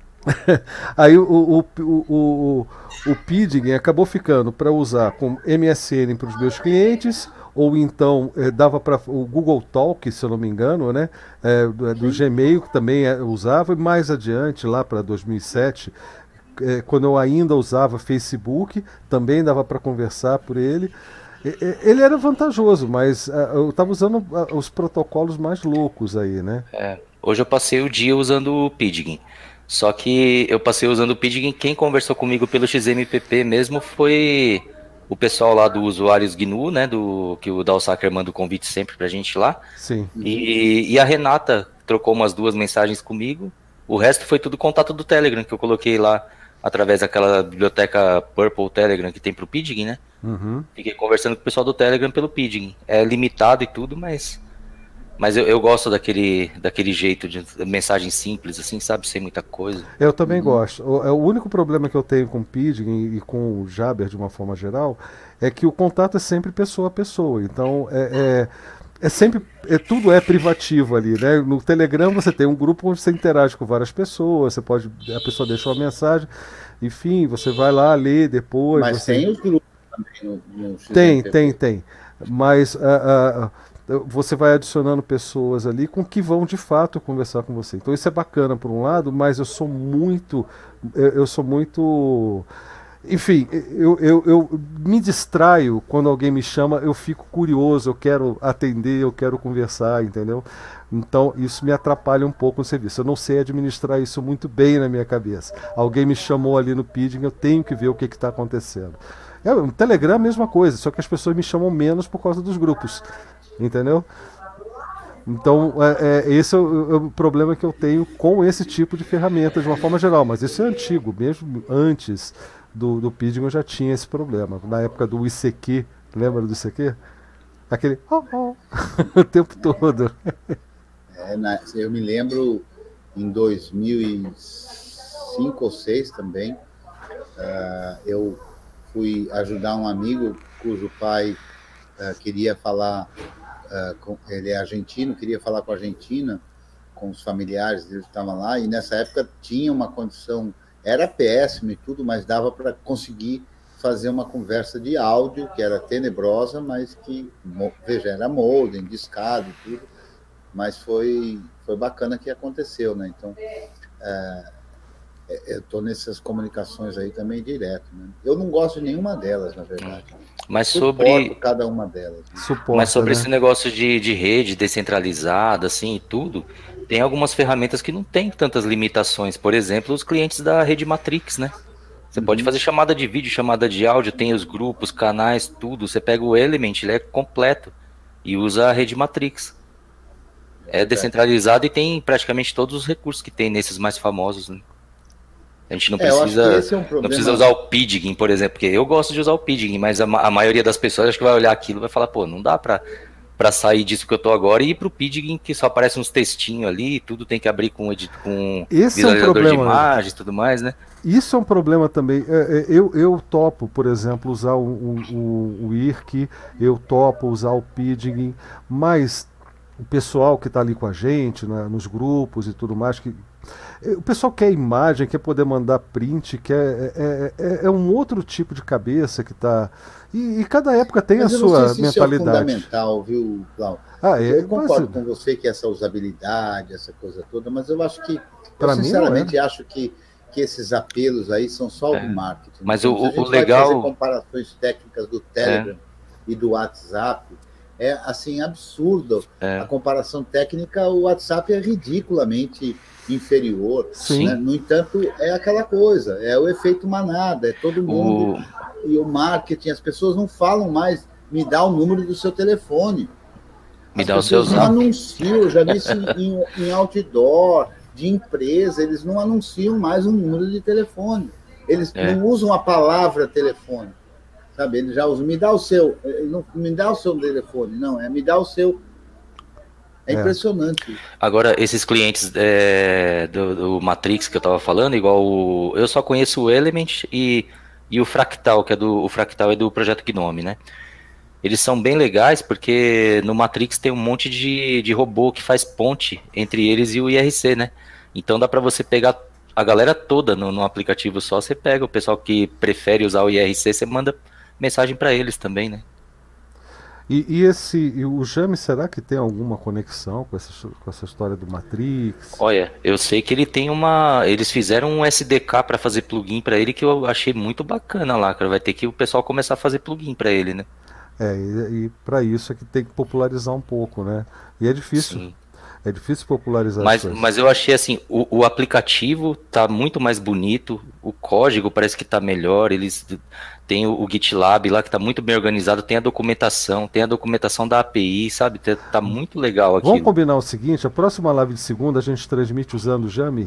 Aí o, o, o, o, o Pidgin acabou ficando para usar com M S N para os meus clientes, ou então eh, dava para o Google Talk, se eu não me engano, né? Eh, do, do Gmail, que também eh, usava, e mais adiante, lá para dois mil e sete, eh, quando eu ainda usava Facebook, também dava para conversar por ele. Ele era vantajoso, mas uh, eu estava usando uh, os protocolos mais loucos aí, né? É, hoje eu passei o dia usando o Pidgin. Só que eu passei usando o Pidgin, quem conversou comigo pelo X M P P mesmo foi o pessoal lá do Usuários G N U, né? Do, que o Dalsacker manda o convite sempre pra gente lá. Sim. E, e a Renata trocou umas duas mensagens comigo. O resto foi tudo contato do Telegram, que eu coloquei lá através daquela biblioteca Purple Telegram que tem pro Pidgin, né? Uhum. Fiquei conversando com o pessoal do Telegram pelo Pidgin. É limitado e tudo, mas mas eu, eu gosto daquele, daquele jeito de mensagem simples, assim, sabe? Sem muita coisa. Eu também uhum. gosto. O, o único problema que eu tenho com o Pidgin e com o Jabber de uma forma geral é que o contato é sempre pessoa a pessoa. Então é, é, é sempre. É, tudo é privativo ali, né? No Telegram você tem um grupo onde você interage com várias pessoas, você pode. A pessoa deixa uma mensagem, enfim, você vai lá ler depois. Mas você... tem os grupos. No, no tem, tem, tem. Mas uh, uh, você vai adicionando pessoas ali com que vão de fato conversar com você. Então isso é bacana por um lado, mas eu sou muito, eu, eu sou muito, enfim, eu, eu, eu me distraio quando alguém me chama, eu fico curioso, eu quero atender, eu quero conversar, entendeu? Então isso me atrapalha um pouco no serviço. Eu não sei administrar isso muito bem na minha cabeça. Alguém me chamou ali no Pidgin, eu tenho que ver o que está acontecendo. É, o Telegram é a mesma coisa, só que as pessoas me chamam menos por causa dos grupos. Entendeu? Então, é, é, esse é o, é o problema que eu tenho com esse tipo de ferramenta de uma forma geral. Mas isso é antigo, mesmo antes do, do Pidgin eu já tinha esse problema. Na época do I C Q, lembra do I C Q? Aquele oh, oh, o tempo todo. É, na, eu me lembro em dois mil e cinco ou dois mil e seis também, uh, eu fui ajudar um amigo cujo pai uh, queria falar. Uh, com, ele é argentino, queria falar com a Argentina, com os familiares dele que estavam lá, e nessa época tinha uma condição, era péssimo e tudo, mas dava para conseguir fazer uma conversa de áudio, que era tenebrosa, mas que, veja, era modem, discado e tudo, mas foi, foi bacana que aconteceu, né? Então, uh, eu estou nessas comunicações aí também direto, né? Eu não gosto de nenhuma delas, na verdade. Mas sobre cada uma delas. Né? Suporta, Mas sobre né? esse negócio de, de rede descentralizada, assim, e tudo, tem algumas ferramentas que não tem tantas limitações. Por exemplo, os clientes da rede Matrix, né? Você uhum. pode fazer chamada de vídeo, chamada de áudio, tem os grupos, canais, tudo. Você pega o Element, ele é completo e usa a rede Matrix. É descentralizado e tem praticamente todos os recursos que tem nesses mais famosos, né? A gente não precisa, é, é um não precisa usar o Pidgin, por exemplo, porque eu gosto de usar o Pidgin, mas a, a maioria das pessoas acho que vai olhar aquilo e vai falar, pô, não dá pra, pra sair disso que eu tô agora e ir pro Pidgin, que só aparece uns textinhos ali, tudo tem que abrir com, com visualizador é um problema, de imagens e tudo mais, né? Isso é um problema também. Eu, eu topo, por exemplo, usar o, o, o I R C, eu topo usar o Pidgin, mas o pessoal que está ali com a gente, né, nos grupos e tudo mais, que o pessoal quer imagem, quer poder mandar print, quer, é, é, é um outro tipo de cabeça que está. E, e cada época tem mas a sua se mentalidade. Isso é fundamental, viu, Cláudio? Ah, é, eu concordo mas... com você que essa usabilidade, essa coisa toda, mas eu acho que. Eu sinceramente acho que, que esses apelos aí são só é. do marketing. Mas então, o, a gente o legal. Fazer comparações técnicas do Telegram é. e do WhatsApp. É assim, absurdo. É. A comparação técnica, o WhatsApp é ridiculamente inferior. Sim. Né? No entanto, é aquela coisa, é o efeito manada, é todo mundo. O... E o marketing, as pessoas não falam mais, me dá o número do seu telefone. Me as dá o seu não anunciam, eu já vi isso em, em outdoor, de empresa, eles não anunciam mais um número de telefone. Eles é. não usam a palavra telefone. Sabe, ele já usa, me dá o seu, não me dá o seu telefone, não, é me dá o seu. É, é. impressionante. Agora, esses clientes é, do, do Matrix que eu tava falando, igual o, eu só conheço o Element e, e o Fractal, que é do, o Fractal é do projeto Gnome, né? Eles são bem legais porque no Matrix tem um monte de, de robô que faz ponte entre eles e o I R C, né? Então dá para você pegar a galera toda no, no aplicativo só, você pega o pessoal que prefere usar o I R C, você manda mensagem para eles também, né? E, e esse, e o Jame, será que tem alguma conexão com essa, com essa história do Matrix? Olha, eu sei que ele tem uma, eles fizeram um S D K para fazer plugin para ele que eu achei muito bacana lá, cara. Vai ter que o pessoal começar a fazer plugin para ele, né? É, e, e para isso é que tem que popularizar um pouco, né? E é difícil. Sim. É difícil popularizar mas, as coisas. Mas eu achei assim, o, o aplicativo tá muito mais bonito, o código parece que tá melhor, eles tem o, o GitLab lá que tá muito bem organizado, tem a documentação, tem a documentação da A P I, sabe? Tá, tá muito legal aqui. Vamos combinar o seguinte, a próxima live de segunda a gente transmite usando o Jame?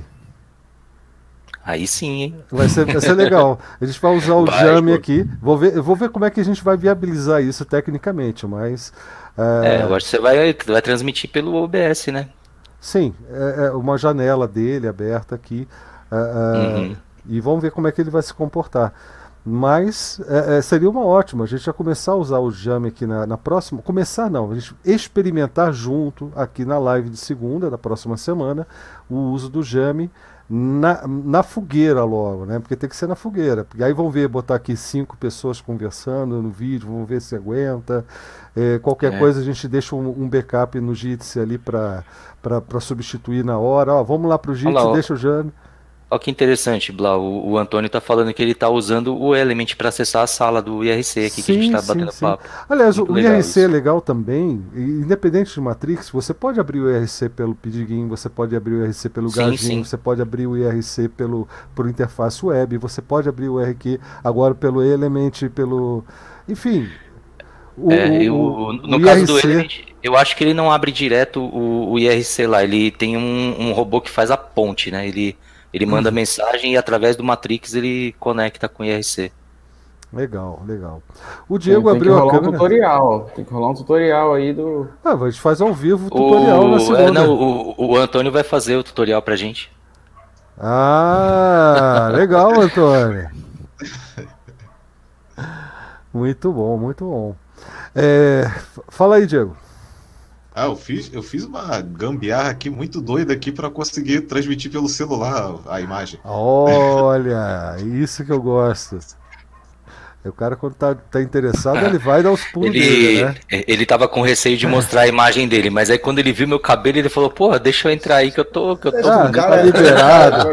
Aí sim, hein? Vai ser, vai ser legal. A gente vai usar o vai, Jame pô. aqui. Vou ver, eu vou ver como é que a gente vai viabilizar isso tecnicamente, mas... É, é eu acho que você vai, vai transmitir pelo O B S, né? Sim, é, é uma janela dele aberta aqui. É, uhum. E vamos ver como é que ele vai se comportar. Mas é, é, seria uma ótima a gente já começar a usar o Jame aqui na, na próxima. Começar não, a gente experimentar junto aqui na live de segunda, da próxima semana, o uso do Jame na, na fogueira logo, né? Porque tem que ser na fogueira. Porque aí vão ver, botar aqui cinco pessoas conversando no vídeo, vão ver se aguenta. É, qualquer é. coisa a gente deixa um, um backup no Jitsi ali para substituir na hora. Ó, vamos lá pro Jitsi, deixa o Jame. Olha que interessante, Blau. O, o Antônio está falando que ele está usando o Element para acessar a sala do I R C aqui, sim, que a gente está batendo sim. papo. Aliás, muito o I R C isso. é legal também, independente de Matrix, você pode abrir o I R C pelo Pidgin, você pode abrir o I R C pelo Gajin, você pode abrir o I R C pelo, por interface web, você pode abrir o I R Q agora pelo Element, pelo... Enfim... O, é, eu, o, no o caso I R C... do Element, eu acho que ele não abre direto o, o I R C lá, ele tem um, um robô que faz a ponte, né? Ele... Ele manda uhum. mensagem e através do Matrix ele conecta com o I R C. Legal, legal. O Diego tem, abriu tem que rolar a câmera. Um tutorial. Tem que rolar um tutorial aí do. Ah, a gente faz ao vivo o tutorial o... na segunda. É, não, o, o Antônio vai fazer o tutorial pra gente. Ah, legal, Antônio. Muito bom, muito bom. É... Fala aí, Diego. Ah, eu fiz, eu fiz uma gambiarra aqui muito doida aqui para conseguir transmitir pelo celular a imagem. Olha, isso que eu gosto. O cara, quando tá, tá interessado, ele vai dar os pulos ele, dele, né? Ele tava com receio de mostrar a imagem dele, mas aí quando ele viu meu cabelo, ele falou, porra, deixa eu entrar aí que eu tô, que eu tô ah, cara, tá liberado.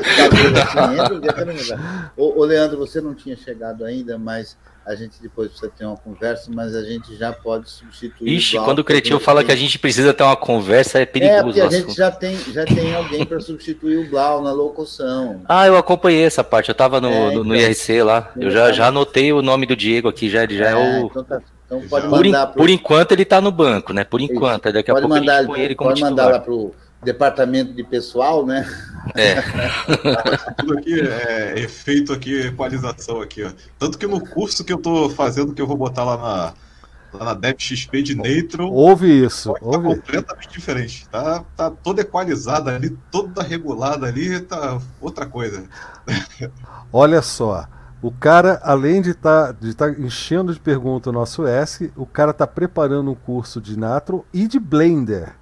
ô, ô, Leandro, você não tinha chegado ainda, mas a gente depois precisa ter uma conversa, mas a gente já pode substituir. Ixi, quando o Cretinho fala tem... que a gente precisa ter uma conversa, é perigoso. É, porque a gente já tem, já tem alguém para substituir o Blau na locução. Ah, eu acompanhei essa parte, eu tava no, é, então, no I R C lá, eu já, já anotei o nome do Diego aqui, já, ele já é, é o... Então, tá, então pode por, mandar pro... por enquanto ele tá no banco, né, por enquanto, Isso. daqui a pode pouco mandar, a gente põe ele como pode titular. mandar lá pro departamento de pessoal, né? É. Tudo aqui é efeito aqui, equalização aqui, ó. Tanto que no curso que eu tô fazendo, que eu vou botar lá na, lá na Dev X P de Neutron. Ouve isso, tá ouve. completamente diferente. Tá, tá toda equalizada ali, toda regulada ali, tá outra coisa. Olha só. O cara, além de estar tá, de tá enchendo de pergunta o nosso S, o cara tá preparando um curso de Natron e de Blender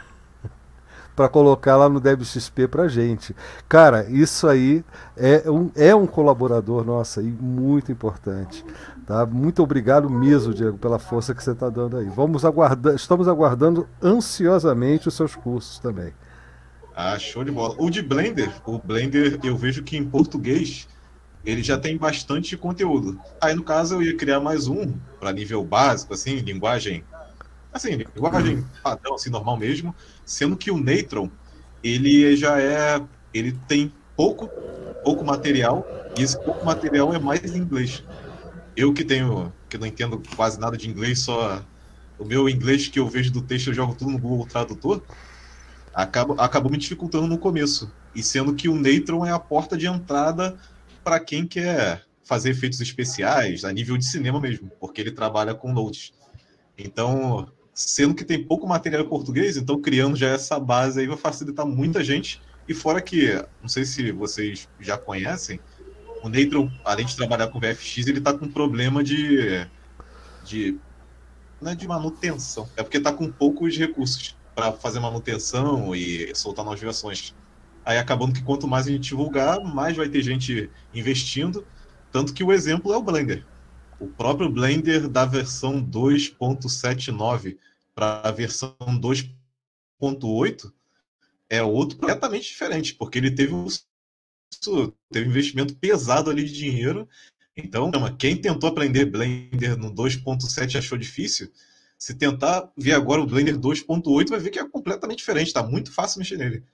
para colocar lá no Dev X P pra gente. Cara, isso aí é um, é um colaborador nosso aí muito importante. Tá? Muito obrigado mesmo, Diego, pela força que você está dando aí. Vamos aguardar, estamos aguardando ansiosamente os seus cursos também. Ah, show de bola. O de Blender, o Blender eu vejo que em português ele já tem bastante conteúdo. Aí no caso eu ia criar mais um para nível básico, assim, linguagem assim, linguagem padrão, assim, normal mesmo, sendo que o Neutron, ele já é, ele tem pouco, pouco material, e esse pouco material é mais em inglês. Eu que tenho, que não entendo quase nada de inglês, só o meu inglês que eu vejo do texto, eu jogo tudo no Google Tradutor, acaba, acabou me dificultando no começo, e sendo que o Neutron é a porta de entrada para quem quer fazer efeitos especiais, a nível de cinema mesmo, porque ele trabalha com nodes. Então, sendo que tem pouco material em português, então criando já essa base aí vai facilitar muita gente. E fora que, não sei se vocês já conhecem, o Neutron, além de trabalhar com V F X, ele está com problema de, de... não é de manutenção, é porque está com poucos recursos para fazer manutenção e soltar novas versões. Aí acabando que quanto mais a gente divulgar, mais vai ter gente investindo, tanto que o exemplo é o Blender. O próprio Blender da versão dois ponto setenta e nove para a versão dois ponto oito é outro completamente diferente, porque ele teve um, teve um investimento pesado ali de dinheiro. Então, quem tentou aprender Blender no dois ponto sete achou difícil, se tentar ver agora o Blender dois ponto oito vai ver que é completamente diferente, está muito fácil mexer nele.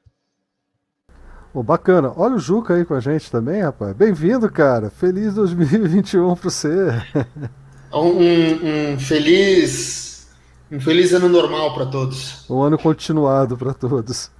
Oh, bacana. Olha o Juca aí com a gente também, rapaz. Bem-vindo, cara. Feliz dois mil e vinte e um para você. Um, um feliz um feliz ano normal para todos. Um ano continuado para todos.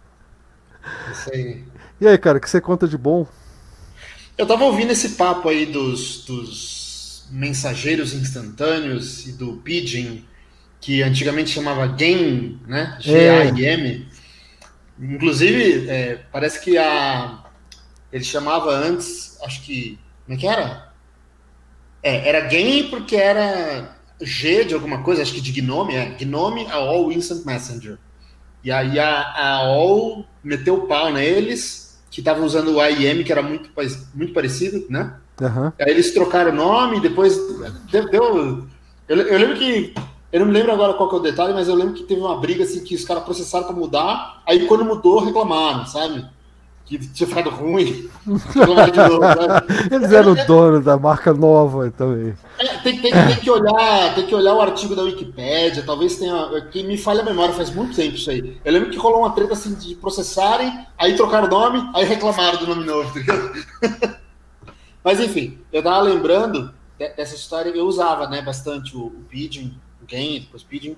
Isso aí. E aí, cara, o que você conta de bom? Eu tava ouvindo esse papo aí dos, dos mensageiros instantâneos e do Pidgin, que antigamente chamava Game, né? G A I M. É. Inclusive, é, parece que a ele chamava antes, acho que, como é que era? É, era Game porque era G de alguma coisa, acho que de Gnome, é. Gnome, A O L Instant Messenger. E aí a, a A O L meteu o pau neles, que estavam usando o I M, que era muito, muito parecido, né? Uhum. Aí eles trocaram o nome, depois deu... deu eu, eu lembro que... Eu não me lembro agora qual que é o detalhe, mas eu lembro que teve uma briga assim, que os caras processaram para mudar, aí quando mudou, reclamaram, sabe? Que tinha ficado ruim. Reclamaram de novo, sabe? Eles eram o dono da marca nova também. É, tem, tem, tem, que olhar, tem que olhar o artigo da Wikipédia, talvez tenha... Que me falha a memória, faz muito tempo isso aí. Eu lembro que rolou uma treta assim de processarem, aí trocaram o nome, aí reclamaram do nome novo, entendeu? Mas enfim, eu tava lembrando dessa história, eu usava, né, bastante o, o Pidgin, o Game, depois Pidgin,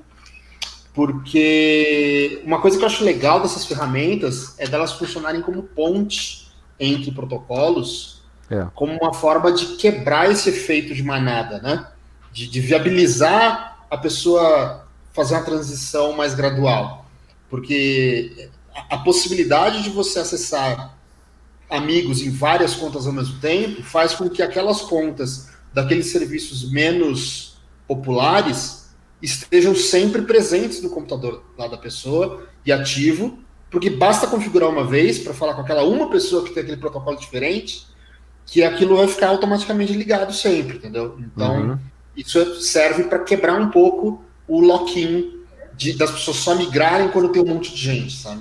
porque uma coisa que eu acho legal dessas ferramentas é delas funcionarem como ponte entre protocolos, é. como uma forma de quebrar esse efeito de manada, né? De, de viabilizar a pessoa fazer uma transição mais gradual. Porque a, a possibilidade de você acessar amigos em várias contas ao mesmo tempo faz com que aquelas contas daqueles serviços menos populares estejam sempre presentes no computador lá da pessoa e ativo, porque basta configurar uma vez para falar com aquela uma pessoa que tem aquele protocolo diferente, que aquilo vai ficar automaticamente ligado sempre, entendeu? Então, uhum. isso serve para quebrar um pouco o lock-in de, das pessoas só migrarem quando tem um monte de gente, sabe?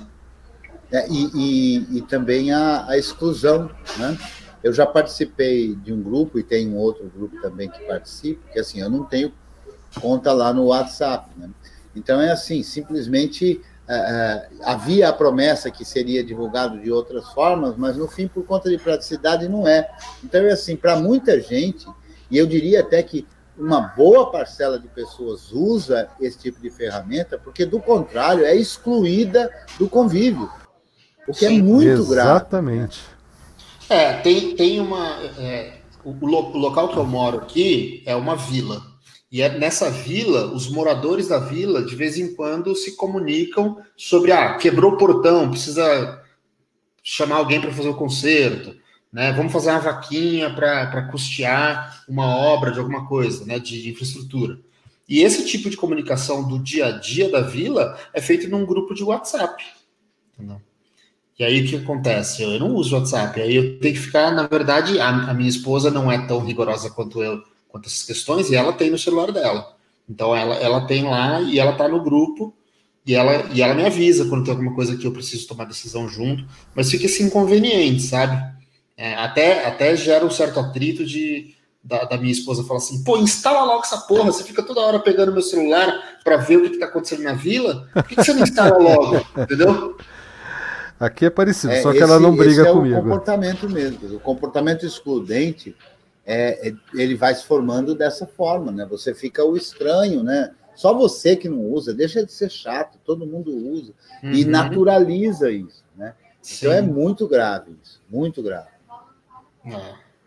É, e, e, e também a, a exclusão, né? Eu já participei de um grupo, e tem um outro grupo também que participa, porque assim, eu não tenho conta lá no WhatsApp, né? Então é assim, simplesmente uh, havia a promessa que seria divulgado de outras formas, mas no fim, por conta de praticidade, não é. Então é assim, para muita gente, e eu diria até que uma boa parcela de pessoas usa esse tipo de ferramenta, porque do contrário, é excluída do convívio, o que Sim, é muito grave. Exatamente. É, tem, tem uma... É, o, o local que eu moro aqui é uma vila. E é nessa vila, os moradores da vila, de vez em quando, se comunicam sobre, ah, quebrou o portão, precisa chamar alguém para fazer o conserto, né? Vamos fazer uma vaquinha para custear uma obra de alguma coisa, né? De, de infraestrutura. E esse tipo de comunicação do dia a dia da vila é feito num grupo de WhatsApp. Entendeu? E aí o que acontece? Eu não uso WhatsApp, aí eu tenho que ficar, na verdade, a, a minha esposa não é tão rigorosa quanto eu, quanto essas questões, e ela tem no celular dela. Então ela, ela tem lá e ela tá no grupo, e ela, e ela me avisa quando tem alguma coisa que eu preciso tomar decisão junto, mas fica assim inconveniente, sabe? É, até, até gera um certo atrito de, da, da minha esposa falar assim, pô, instala logo essa porra, você fica toda hora pegando meu celular para ver o que, que tá acontecendo na vila, por que, que você não instala logo? Entendeu? Aqui é parecido, é, só que esse, ela não briga esse é comigo. O comportamento mesmo. O comportamento excludente, é, é, ele vai se formando dessa forma, né? Você fica o estranho, né? Só você que não usa, deixa de ser chato, todo mundo usa. Uhum. E naturaliza isso, né? Sim. Então é muito grave isso, muito grave. É.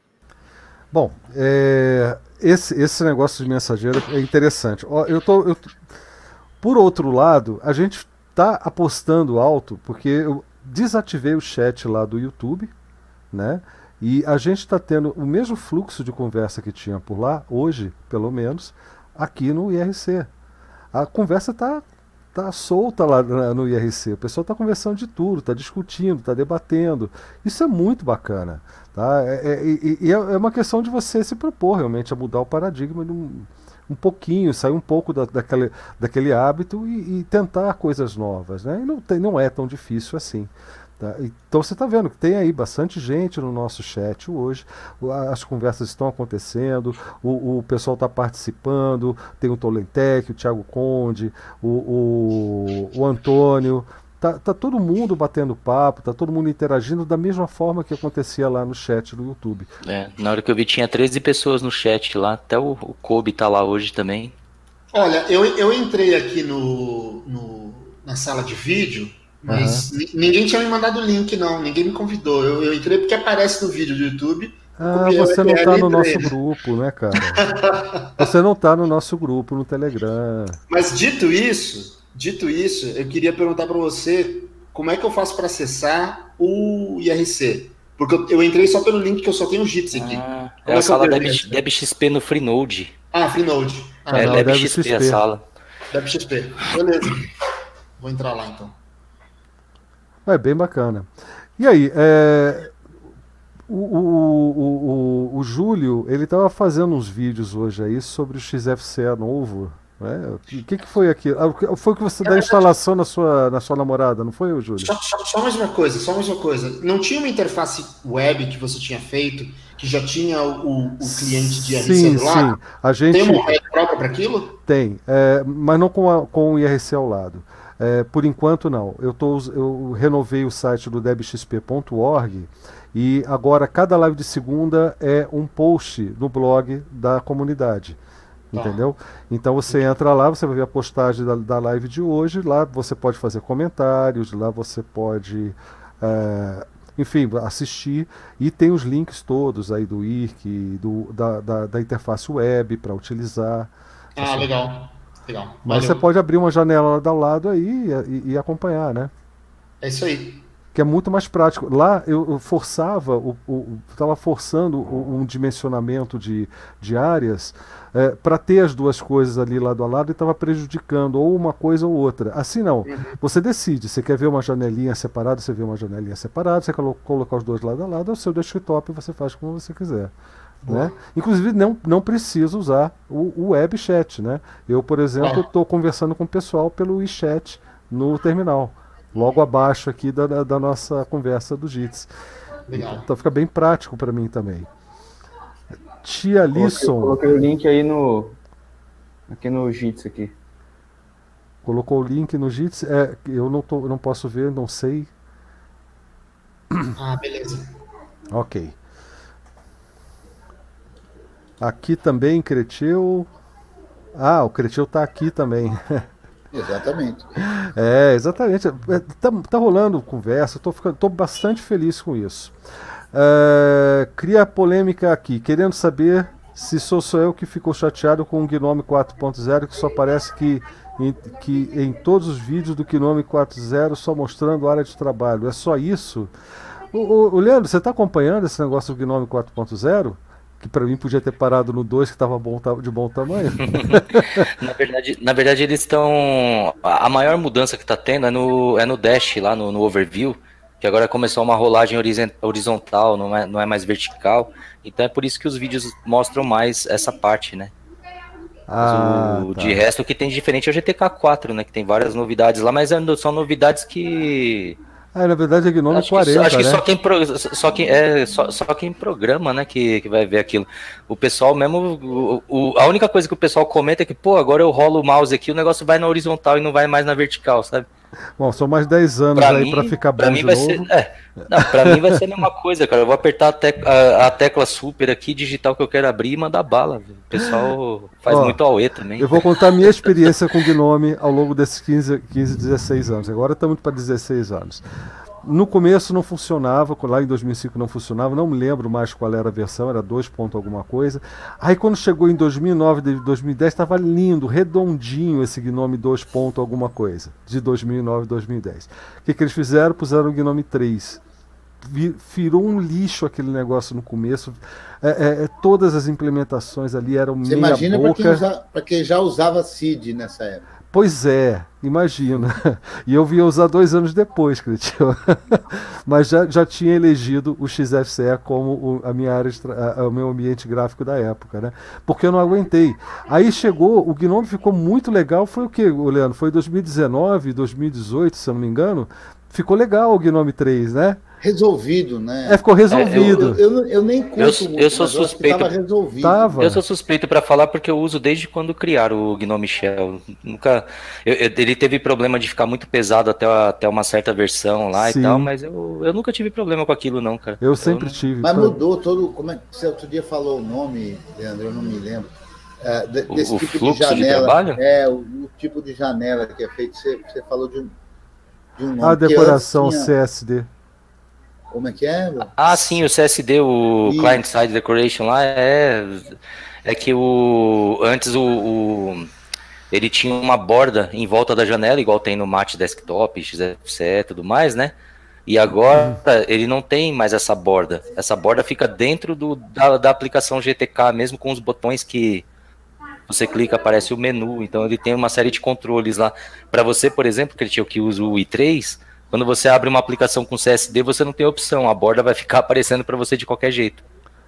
Bom, é, esse, esse negócio de mensageiro é interessante. Ó, eu tô, eu, por outro lado, a gente está apostando alto, porque eu desativei o chat lá do YouTube, né? E a gente está tendo o mesmo fluxo de conversa que tinha por lá, hoje, pelo menos, aqui no I R C. A conversa está tá solta lá no I R C. O pessoal está conversando de tudo, está discutindo, está debatendo. Isso é muito bacana. Tá? É, é, e é uma questão de você se propor realmente a mudar o paradigma de um, um pouquinho, sair um pouco da, daquele, daquele hábito e, e tentar coisas novas. Né? E não, tem, não é tão difícil assim. Tá? Então você está vendo que tem aí bastante gente no nosso chat hoje, as conversas estão acontecendo, o, o pessoal está participando, tem o Tolentec, o Thiago Conde, o, o, o Antônio, tá, tá todo mundo batendo papo, tá todo mundo interagindo da mesma forma que acontecia lá no chat do YouTube. É, na hora que eu vi tinha treze pessoas no chat lá, até o, o Kobe tá lá hoje também. Olha, eu, eu entrei aqui no, no, na sala de vídeo, mas uhum. ninguém tinha me mandado o link, não. Ninguém me convidou. Eu, eu entrei porque aparece no vídeo do YouTube. Ah, você não tá no nosso grupo, né, cara? Você não tá no nosso grupo no Telegram. Mas dito isso, dito isso, eu queria perguntar para você como é que eu faço para acessar o I R C. Porque eu, eu entrei só pelo link que eu só tenho o Jitsi aqui. Ah, é a sala DebXP no Freenode. Ah, Freenode. Ah, é não, DebXP a sala. DebXP, beleza. Vou entrar lá então. É bem bacana. E aí, é, o, o, o, o, o Júlio, ele estava fazendo uns vídeos hoje aí sobre o X F C E novo. Né? O que, que foi aquilo? Ah, foi o que você deu instalação na sua, na sua namorada, não foi, Júlio? Só, só, só mais uma coisa, só mais uma coisa. Não tinha uma interface web que você tinha feito, que já tinha o, o cliente de I R C sim, do lado? Sim, a gente... Tem uma web própria para aquilo? Tem, é, mas não com, a, com o I R C ao lado. É, por enquanto não. Eu, tô, eu renovei o site do deb x p ponto org e agora cada live de segunda é um post no blog da comunidade. Entendeu? Então você entra lá, você vai ver a postagem da, da live de hoje, lá você pode fazer comentários, lá você pode, é, enfim, assistir, e tem os links todos aí do I R C, do, da, da, da interface web para utilizar. Ah, assim. legal. legal. Mas você pode abrir uma janela lá do lado aí e, e, e acompanhar, né? É isso aí. Que é muito mais prático. Lá eu, eu forçava, estava forçando um dimensionamento de, de áreas é, para ter as duas coisas ali lado a lado e estava prejudicando ou uma coisa ou outra. Assim não. Uhum. Você decide. Você quer ver uma janelinha separada, você vê uma janelinha separada. Você colo colocar os dois lado a lado, é o seu desktop, você faz como você quiser. Né? Inclusive não, não precisa usar o, o web chat. Né? Eu, por exemplo, estou conversando com o pessoal pelo WeChat no terminal. Logo abaixo aqui da, da, da nossa conversa do Jitsi. Legal. Então fica bem prático para mim também. Tia Lisson. Coloquei o link aí no. Aqui no Jitsi aqui. Colocou o link no Jitsi? É, eu não, tô, não posso ver, não sei. Ah, beleza. Ok. Aqui também, Creteu. Ah, o Creteu tá aqui também. Exatamente. É, exatamente. Tá, tá rolando conversa, tô, ficando, tô bastante feliz com isso. É, cria polêmica aqui, querendo saber se sou só eu que ficou chateado com o Gnome quatro ponto zero, que só parece que em, que em todos os vídeos do Gnome quatro ponto zero só mostrando área de trabalho. É só isso? O, o, o Leandro, você está acompanhando esse negócio do Gnome quatro ponto zero? Que para mim podia ter parado no dois, que estava bom, de bom tamanho. na, verdade, na verdade, eles estão... A maior mudança que está tendo é no, é no Dash, lá no, no Overview, que agora começou uma rolagem horizontal, não é, não é mais vertical. Então é por isso que os vídeos mostram mais essa parte, né? Ah, o, tá. De resto, o que tem de diferente é o G T K quatro, né? Que tem várias novidades lá, mas são novidades que... Ah, na verdade é Gnome acho quarenta, que, acho né? que só quem, pro, só, quem, é, só, só quem programa, né, que, que vai ver aquilo. O pessoal mesmo, o, o, a única coisa que o pessoal comenta é que, pô, agora eu rolo o mouse aqui, o negócio vai na horizontal e não vai mais na vertical, sabe? Bom, são mais dez anos pra aí mim, pra ficar bom pra mim de vai novo. Ser, é, não, pra mim vai ser a mesma coisa, cara. Eu vou apertar a, tec, a, a tecla super aqui, digitar o que eu quero abrir e mandar bala. Véio. O pessoal faz Ó, muito auê também. Eu vou contar a minha experiência com o Gnome ao longo desses quinze, quinze, dezesseis anos. Agora estamos para dezesseis anos. No começo não funcionava, lá em dois mil e cinco não funcionava, não me lembro mais qual era a versão, era dois ponto alguma coisa. Aí quando chegou em dois mil e nove, dois mil e dez, estava lindo, redondinho esse Gnome dois ponto alguma coisa, de dois mil e nove, dois mil e dez. O que, que eles fizeram? Puseram o Gnome três. Virou um lixo aquele negócio no começo. É, é, todas as implementações ali eram Você meia imagina boca. para quem, quem já usava S I D nessa época. Pois é, imagina. E eu via usar dois anos depois, Creteu. Mas já, já tinha elegido o X F C E como o, a minha área, a, o meu ambiente gráfico da época, né? Porque eu não aguentei. Aí chegou, o Gnome ficou muito legal. Foi o que, Leandro? Foi dois mil e dezenove, dois mil e dezoito, se eu não me engano. Ficou legal o Gnome três, né? Resolvido, né? É, ficou resolvido. É, eu, eu, eu nem conto eu, eu sou suspeito. Tava resolvido. Tava. Eu sou suspeito para falar porque eu uso desde quando criaram o Gnome Shell. Nunca, eu, eu, ele teve problema de ficar muito pesado até, até uma certa versão lá. Sim. E tal, mas eu, eu nunca tive problema com aquilo não, cara. Eu sempre eu, tive. Mas mudou todo. Como é que você outro dia falou o nome, Leandro? Eu não me lembro. É, desse o, tipo o fluxo de janela. De trabalho? É o, o tipo de janela que é feito. Você, você falou de um, de um nome. A decoração tinha... C S D. Como é que é? Ah, sim, o C S D, o Isso. Client Side Decoration lá, é, é que o antes o, o ele tinha uma borda em volta da janela, igual tem no Mate Desktop, X F C E e tudo mais, né? E agora ele não tem mais essa borda. Essa borda fica dentro do, da, da aplicação G T K, mesmo com os botões que você clica, aparece o menu. Então ele tem uma série de controles lá. Para você, por exemplo, Cretil, que usa o i três, quando você abre uma aplicação com C S D, você não tem opção. A borda vai ficar aparecendo para você de qualquer jeito.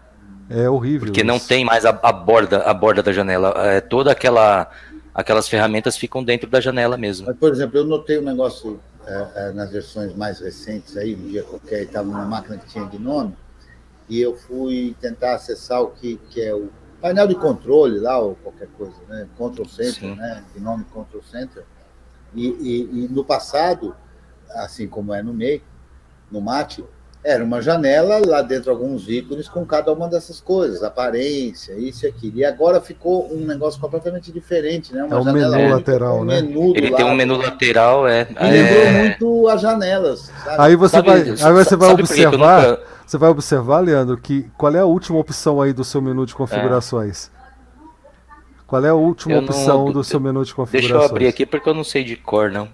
É horrível. Porque não tem mais a, a, borda, a borda da janela. É, toda aquela... Aquelas ferramentas ficam dentro da janela mesmo. Mas, por exemplo, eu notei um negócio é, é, nas versões mais recentes, aí, um dia qualquer, estava numa máquina que tinha Gnome, e eu fui tentar acessar o que, que é o painel de controle lá, ou qualquer coisa, né? Control Center, Sim. né? Gnome Control Center. E, e, e no passado, assim como é no Make, no Mate, era uma janela, lá dentro alguns ícones com cada uma dessas coisas, aparência, isso e aquilo. E agora ficou um negócio completamente diferente, né? Uma é um janela menu lateral, um né? Menu Ele lado. tem um menu lateral, é. E lembrou é... muito as janelas, sabe? Aí você sabe, vai, aí você vai observar, nunca... você vai observar, Leandro, que qual é a última opção aí do seu menu de configurações? É. Qual é a última eu opção não... do seu menu de configurações? Deixa eu abrir aqui porque eu não sei de cor, não.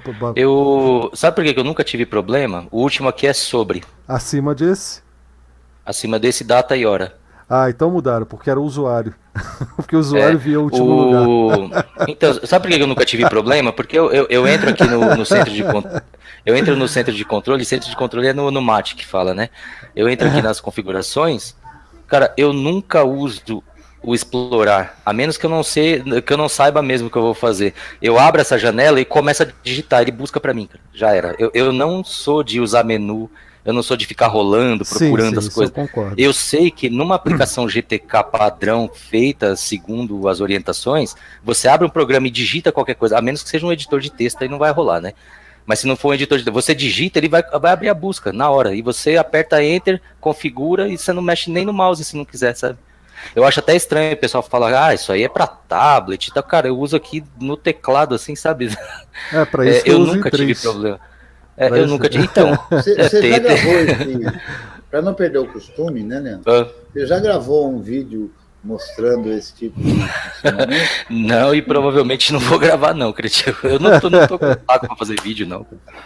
Eu... Sabe por que eu nunca tive problema? O último aqui é sobre. Acima desse? Acima desse, data e hora. Ah, então mudaram, porque era o usuário. Porque o usuário é, via o último o... lugar. Então, sabe por que eu nunca tive problema? Porque eu, eu, eu entro aqui no, no centro de controle. Eu entro no centro de controle, centro de controle é no, no Mate que fala, né? Eu entro aqui nas configurações, cara, eu nunca uso o explorar, a menos que eu não sei, que eu não saiba mesmo o que eu vou fazer. Eu abro essa janela e começo a digitar, ele busca para mim, cara. Já era. Eu, eu não sou de usar menu, eu não sou de ficar rolando, procurando sim, sim, as coisas. Eu concordo. Eu sei que numa aplicação G T K padrão feita segundo as orientações, você abre um programa e digita qualquer coisa, a menos que seja um editor de texto, aí não vai rolar, né? Mas se não for um editor de texto, você digita, ele vai, vai abrir a busca na hora, e você aperta Enter, configura, e você não mexe nem no mouse se não quiser, sabe? Eu acho até estranho o pessoal falar, ah, isso aí é para tablet, então, cara, eu uso aqui no teclado, assim, sabe? É, para isso é, eu, eu nunca tive problema. É, eu isso. nunca tive. Então, você, você já gravou esse, para não perder o costume, né, Leandro? Ah. Você já gravou um vídeo mostrando esse tipo de funcionamento? Não, e provavelmente não vou gravar, não, Cretinho. Eu não tô, não tô com pago para fazer vídeo, não.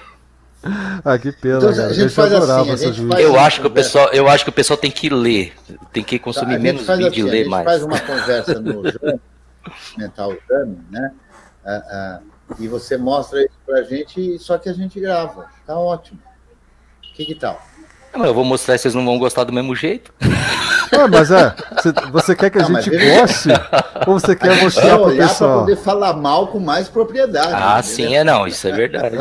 Ah, que pena, então, cara. A gente faz assim, a gente faz eu acho que o pessoal, eu acho que o pessoal tem que ler, tem que consumir menos vídeo assim, e ler mais. A gente mais. faz uma conversa no Jam, Mental Jam, né? Ah, ah, e você mostra isso pra gente, só que a gente grava. Tá ótimo. O que que tal? Não, eu vou mostrar e vocês não vão gostar do mesmo jeito. Ah, mas é, você quer que a não, gente goste? Ou você quer mostrar pro pessoal? Para poder falar mal com mais propriedade. Ah, entendeu? Sim, é não, isso é verdade.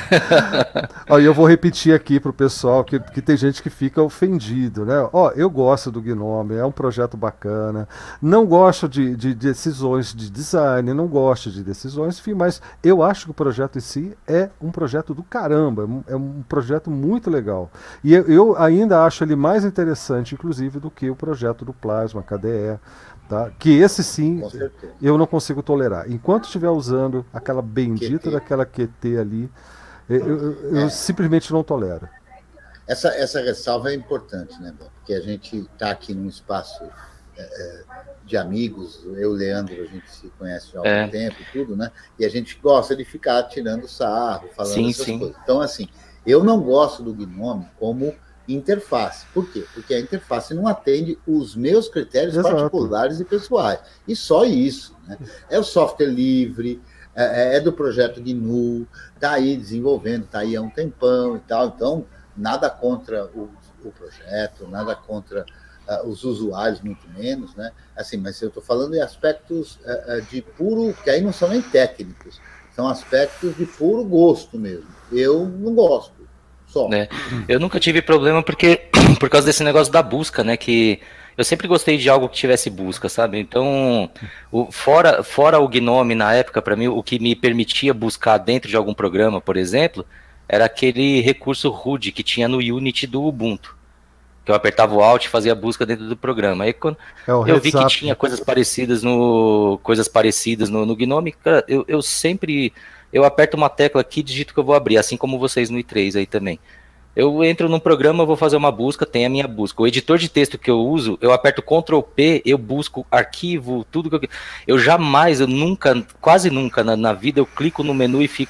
Ó, e eu vou repetir aqui pro pessoal que, que tem gente que fica ofendido, né? Ó, eu gosto do Gnome, é um projeto bacana. Não gosto de, de decisões de design, não gosto de decisões, enfim, mas eu acho que o projeto em si é um projeto do caramba, é um projeto muito legal. E eu, eu ainda acho ele mais interessante, inclusive, do que o projeto do Plasma, K D E, tá? Que esse sim eu não consigo tolerar. Enquanto estiver usando aquela bendita Q T. Daquela Q T ali, eu, eu, eu é. simplesmente não tolero. Essa, essa ressalva é importante, né? Porque a gente está aqui num espaço é, de amigos, eu e o Leandro, a gente se conhece já há algum é. tempo e tudo, né? E a gente gosta de ficar tirando sarro, falando sim, essas sim. coisas. Então, assim, eu não gosto do Gnome como interface. Por quê? Porque a interface não atende os meus critérios Exato. particulares e pessoais. E só isso. Né? É o software livre, é, é do projeto G N U, está aí desenvolvendo, está aí há um tempão e tal. Então, nada contra o, o projeto, nada contra uh, os usuários, muito menos. Né? Assim, mas eu estou falando de aspectos uh, de puro, que aí não são nem técnicos, são aspectos de puro gosto mesmo. Eu não gosto. É, eu nunca tive problema porque por causa desse negócio da busca, né? Que eu sempre gostei de algo que tivesse busca, sabe? Então, o, fora, fora o Gnome na época, para mim, o que me permitia buscar dentro de algum programa, por exemplo, era aquele recurso R U D que tinha no Unity do Ubuntu. Que eu apertava o Alt e fazia a busca dentro do programa. Aí quando é eu vi que tinha coisas parecidas no coisas parecidas no, no Gnome, cara, eu, eu sempre eu aperto uma tecla aqui e digito que eu vou abrir, assim como vocês no i três aí também. Eu entro num programa, eu vou fazer uma busca, tem a minha busca. O editor de texto que eu uso, eu aperto control P, eu busco arquivo, tudo que eu... Eu jamais, eu nunca, quase nunca na, na vida, eu clico no menu e fico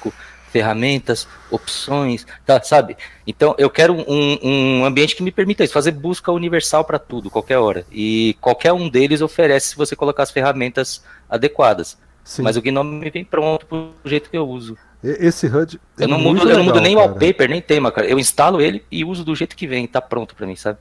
ferramentas, opções, tá, sabe? Então eu quero um, um ambiente que me permita isso, fazer busca universal para tudo, qualquer hora. E qualquer um deles oferece se você colocar as ferramentas adequadas. Sim. Mas o Gnome vem pronto pro jeito que eu uso. Esse H U D é eu não mudo, legal, eu não mudo nem cara. wallpaper, nem tema, cara. Eu instalo ele e uso do jeito que vem, tá pronto para mim, sabe?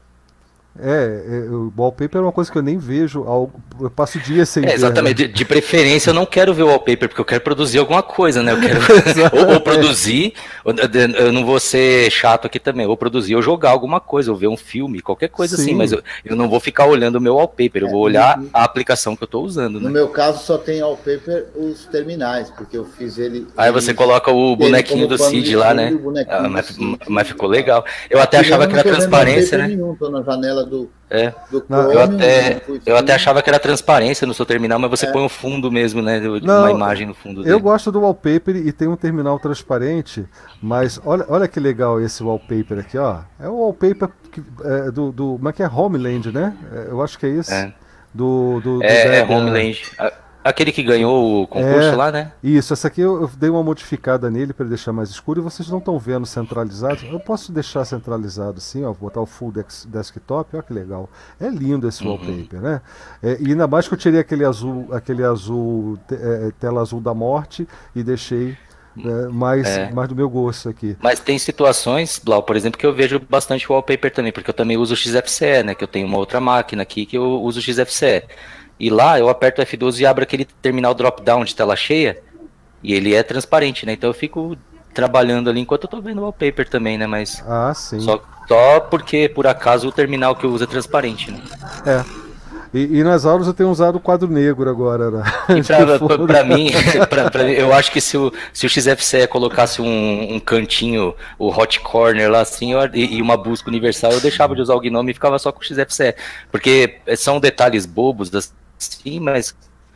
É, é, o wallpaper é uma coisa que eu nem vejo, eu passo dias sem é, ver. Exatamente, né? de, de preferência eu não quero ver o wallpaper, porque eu quero produzir alguma coisa, né? Eu quero ou, ou produzir, ou, eu não vou ser chato aqui também, ou produzir ou jogar alguma coisa, ou ver um filme, qualquer coisa Sim. assim, mas eu, eu não vou ficar olhando o meu wallpaper, eu é, vou olhar e, a aplicação que eu estou usando. No né? meu caso só tem wallpaper os terminais, porque eu fiz ele... Aí você coloca o bonequinho do Cid lá, né? Ah, mas, mas ficou legal. Eu até achava que era transparência, né? Nenhum, tô na janela do... É, não, eu, até, eu até achava que era transparência no seu terminal, mas você é. põe o fundo mesmo, né? Não, uma imagem no fundo dele. Eu gosto do wallpaper e tem um terminal transparente, mas olha, olha que legal esse wallpaper aqui, ó. É o wallpaper que, é, do, do. Como é que é? Homeland, né? Eu acho que é isso. É, do, do, do é, é Homeland. Aquele que ganhou o concurso é, lá, né? Isso, essa aqui eu, eu dei uma modificada nele para deixar mais escuro e vocês não estão vendo centralizado. Eu posso deixar centralizado assim, ó, botar o full dex, desktop, olha que legal. É lindo esse uhum. wallpaper, né? É, e ainda mais que eu tirei aquele azul, aquele azul, te, é, tela azul da morte e deixei é, mais, é. mais do meu gosto aqui. Mas tem situações, Blau, por exemplo, que eu vejo bastante wallpaper também, porque eu também uso o X F C E, né? Que eu tenho uma outra máquina aqui que eu uso o X F C E. E lá eu aperto o F doze e abro aquele terminal drop-down de tela cheia e ele é transparente, né? Então eu fico trabalhando ali enquanto eu tô vendo o wallpaper também, né? Mas ah, sim. Só, só porque por acaso o terminal que eu uso é transparente, né? É. E, e nas aulas eu tenho usado o quadro negro agora. Né? E pra, pra, pra, mim, pra, pra, eu acho que se o, se o X F C E colocasse um, um cantinho, o hot corner lá assim, eu, e, e uma busca universal, eu deixava de usar o Gnome e ficava só com o X F C E. Porque são detalhes bobos das Sim, mas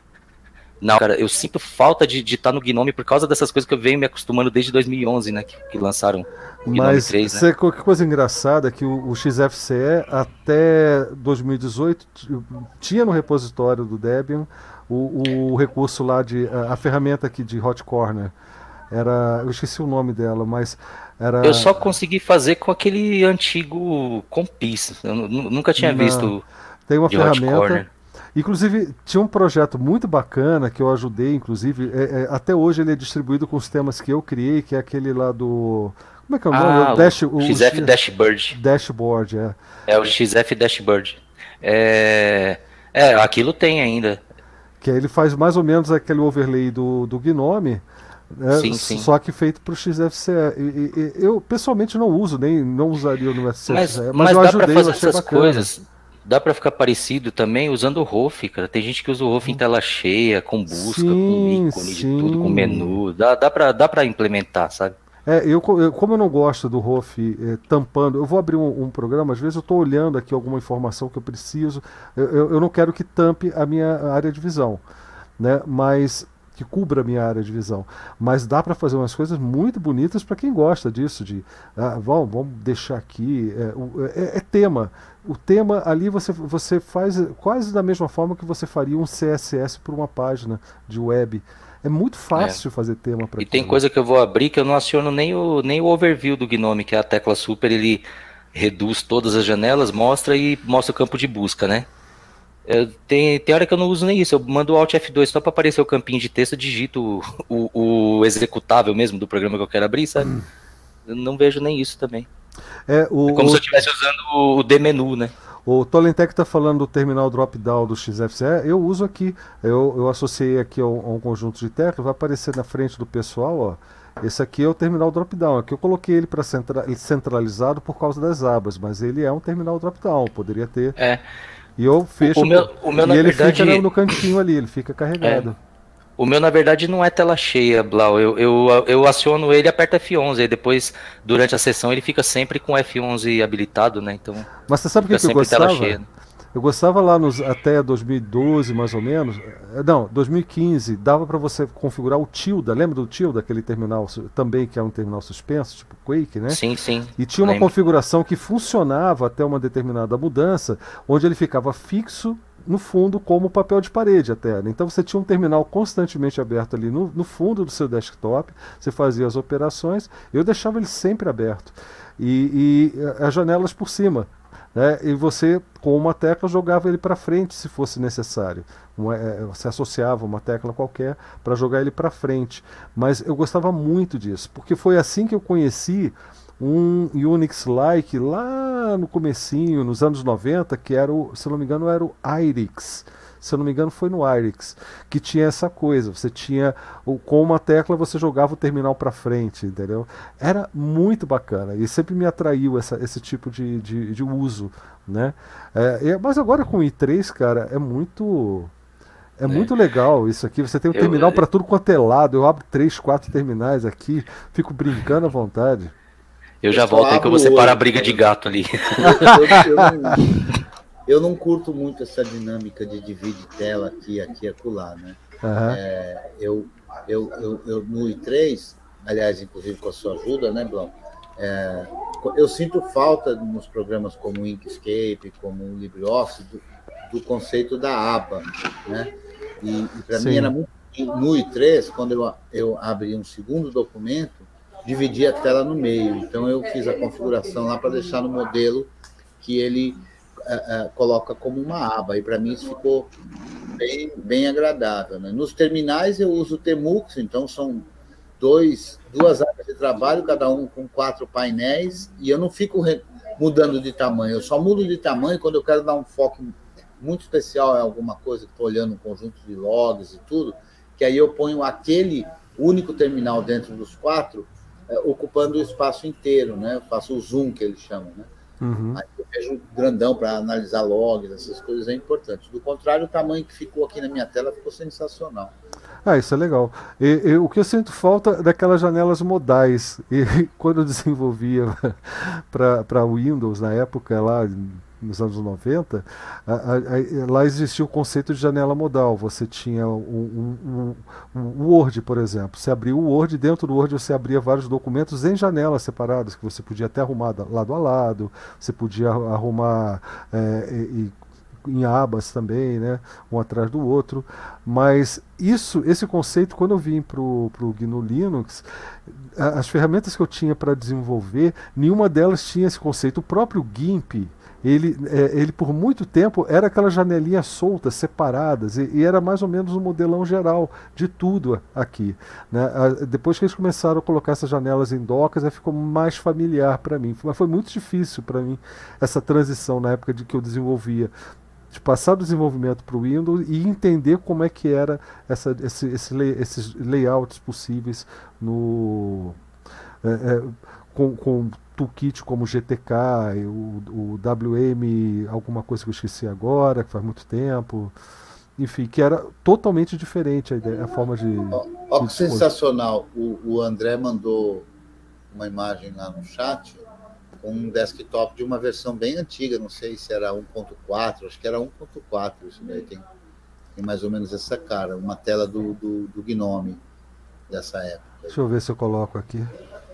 não, cara, eu sinto falta de estar no Gnome por causa dessas coisas que eu venho me acostumando desde dois mil e onze, né, que, que lançaram o Gnome mas três, né? Que coisa engraçada é que o, o X F C E até dois mil e dezoito tinha no repositório do Debian o, o recurso lá de a, a ferramenta aqui de Hot Corner. Era, eu esqueci o nome dela, mas era... Eu só consegui fazer com aquele antigo Compis. Eu nunca tinha não. visto. Tem uma ferramenta. Inclusive, tinha um projeto muito bacana que eu ajudei, inclusive, é, é, até hoje ele é distribuído com os temas que eu criei, que é aquele lá do... Como é que é o nome? Ah, o Dash, o X F o, Dashboard. Dashboard, é. É o X F Dashboard. É, é, aquilo tem ainda. Que aí ele faz mais ou menos aquele overlay do, do Gnome, né, sim, sim. só que feito para o X F C E. E, e, eu, pessoalmente, não uso, nem não usaria no X F C E, mas, mas, mas eu dá ajudei, pra fazer eu achei essas bacana. coisas... Dá pra ficar parecido também usando o R O F, cara. Tem gente que usa o R O F em tela cheia, com busca, sim, com ícone sim. de tudo, com menu. Dá, dá, pra, dá pra implementar, sabe? É, eu, eu, como eu não gosto do R O F é, tampando, eu vou abrir um, um programa, às vezes eu estou olhando aqui alguma informação que eu preciso, eu, eu, eu não quero que tampe a minha área de visão, né? Mas... que cubra a minha área de visão, mas dá para fazer umas coisas muito bonitas para quem gosta disso, de ah, vamos, vamos deixar aqui, é, é, é tema, o tema ali você, você faz quase da mesma forma que você faria um C S S para uma página de web, é muito fácil é. fazer tema para e tem coisa que eu vou abrir que eu não aciono nem o, nem o overview do Gnome, que é a tecla super, ele reduz todas as janelas, mostra e mostra o campo de busca, né? Eu, tem, tem hora que eu não uso nem isso, eu mando o Alt F dois só para aparecer o campinho de texto, eu digito o, o, o executável mesmo do programa que eu quero abrir, sabe? Eu não vejo nem isso também. É, o, é como o, se eu estivesse usando o D-menu, né? O Tolentec está falando do terminal drop-down do X F C E, eu uso aqui, eu, eu associei aqui a um, a um conjunto de teclas, vai aparecer na frente do pessoal, ó. Esse aqui é o terminal drop-down, aqui eu coloquei ele para centra, centralizado por causa das abas, mas ele é um terminal drop-down, poderia ter... É. E eu fecho o meu, o meu, e na ele verdade, fica no cantinho ali, ele fica carregado. É. O meu, na verdade, não é tela cheia, Blau. Eu, eu, eu aciono ele e aperto F onze. Aí depois, durante a sessão, ele fica sempre com F onze habilitado, né? Então, mas você sabe o que, que eu gostava? Cheia, né? Eu gostava lá nos, até dois mil e doze, mais ou menos. Não, dois mil e quinze, dava para você configurar o Tilda. Lembra do Tilda, aquele terminal também que é um terminal suspenso, tipo Quake, né? Sim, sim. E tinha uma lembro. configuração que funcionava até uma determinada mudança, onde ele ficava fixo no fundo como papel de parede a tela. Então você tinha um terminal constantemente aberto ali no, no fundo do seu desktop, você fazia as operações, eu deixava ele sempre aberto. E, e as janelas por cima. Né? E você, com uma tecla, jogava ele para frente se fosse necessário. Uma, é, você associava uma tecla qualquer para jogar ele para frente. Mas eu gostava muito disso, porque foi assim que eu conheci um Unix-like lá no comecinho, nos anos noventa, que era o, se não me engano, era o IRIX. Se eu não me engano, foi no IRIX, que tinha essa coisa. Você tinha, com uma tecla, você jogava o terminal para frente, entendeu? Era muito bacana e sempre me atraiu essa, esse tipo de, de, de uso, né? É, mas agora com o i três, cara, é muito... É, é muito legal isso aqui. Você tem um terminal para tudo quanto é lado. Eu abro três, quatro terminais aqui, fico brincando à vontade. Eu já eu volto aí que eu vou separar a briga de gato ali. Eu, eu, não, eu não curto muito essa dinâmica de dividir tela aqui, aqui e acolá, né? Uhum. É, eu, eu, eu, eu no i três, aliás, inclusive com a sua ajuda, né, Blau? É, eu sinto falta nos programas como o Inkscape, como o LibreOffice, do, do conceito da aba, né? E, e para mim era muito... No i três, quando eu, eu abri um segundo documento, dividir a tela no meio. Então eu fiz a configuração lá para deixar no modelo que ele uh, uh, coloca como uma aba. E para mim isso ficou bem, bem agradável, né? Nos terminais eu uso o Tmux, então são dois, duas áreas de trabalho, cada um com quatro painéis, e eu não fico re... mudando de tamanho. Eu só mudo de tamanho quando eu quero dar um foco muito especial em alguma coisa, que estou olhando um conjunto de logs e tudo, que aí eu ponho aquele único terminal dentro dos quatro, ocupando o espaço inteiro, né? Eu faço o zoom, que eles chamam, né? Uhum. Aí eu vejo grandão para analisar logs, essas coisas é importante. Do contrário, o tamanho que ficou aqui na minha tela ficou sensacional. Ah, isso é legal. E, e, o que eu sinto falta é daquelas janelas modais. E quando eu desenvolvia para Windows, na época, lá nos anos noventa, a, a, a, lá existia o conceito de janela modal. Você tinha um, um, um, um Word, por exemplo. Você abria o Word, dentro do Word você abria vários documentos em janelas separadas, que você podia até arrumar lado a lado, você podia arrumar é, e, em abas também, né, um atrás do outro. Mas isso, esse conceito, quando eu vim para o G N U Linux, as ferramentas que eu tinha para desenvolver, nenhuma delas tinha esse conceito. O próprio GIMP, Ele, é, ele por muito tempo era aquelas janelinhas soltas, separadas, e, e era mais ou menos um modelão geral de tudo aqui, né? A, depois que eles começaram a colocar essas janelas em docas, aí ficou mais familiar para mim. Mas foi muito difícil para mim essa transição na época de que eu desenvolvia, de passar do desenvolvimento para o Windows e entender como é que era essa, esse, esse lay, esses layouts possíveis no, é, é, com, com toolkit como G T K, o, o W M, alguma coisa que eu esqueci agora, que faz muito tempo, enfim, que era totalmente diferente a, ideia, a forma de... Olha que sensacional, o, o André mandou uma imagem lá no chat com um desktop de uma versão bem antiga, não sei se era um ponto quatro, acho que era um ponto quatro, isso daí tem, tem mais ou menos essa cara, uma tela do, do, do Gnome dessa época. Deixa eu ver se eu coloco aqui.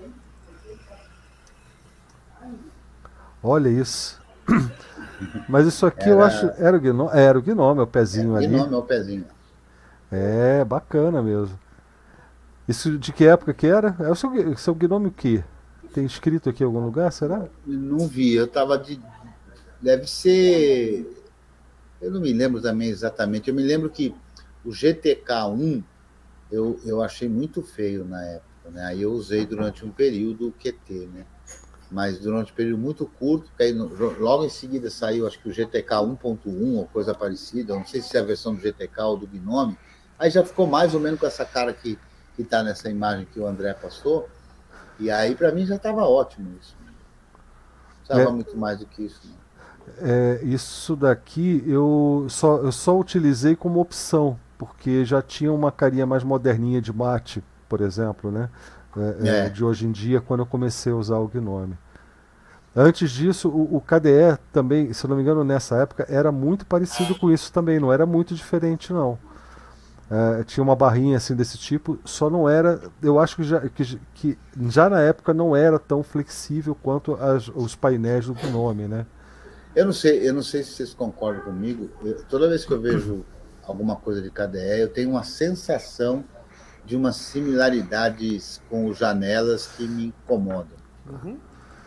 Olha isso. Mas isso aqui era... eu acho... Era o Gnome, era o Gnome, é o pezinho é, ali. O Gnome é o pezinho. É, bacana mesmo. Isso de que época que era? É o seu, seu Gnome o quê? Tem escrito aqui em algum lugar, será? Não vi, eu tava de... Deve ser... Eu não me lembro também exatamente. Eu me lembro que o G T K um eu, eu achei muito feio na época, né? Aí eu usei durante um período o Q T, né? Mas durante um período muito curto, que aí no, logo em seguida saiu, acho que o G T K um ponto um ou coisa parecida, não sei se é a versão do G T K ou do Gnome, aí já ficou mais ou menos com essa cara que está nessa imagem que o André passou, e aí para mim já estava ótimo isso. Não precisava é, muito mais do que isso. Né? É, isso daqui eu só, eu só utilizei como opção, porque já tinha uma carinha mais moderninha de mate, por exemplo, né? É, é. De hoje em dia, quando eu comecei a usar o Gnome. Antes disso, o, o K D E também, se eu não me engano, nessa época, era muito parecido com isso também, não era muito diferente, não. É, tinha uma barrinha assim desse tipo, só não era, eu acho que já, que, que já na época não era tão flexível quanto as, os painéis do Gnome, né? Eu não sei, eu não sei se vocês concordam comigo. Eu, toda vez que eu vejo alguma coisa de K D E, eu tenho uma sensação de umas similaridades com os janelas que me incomodam. Uhum.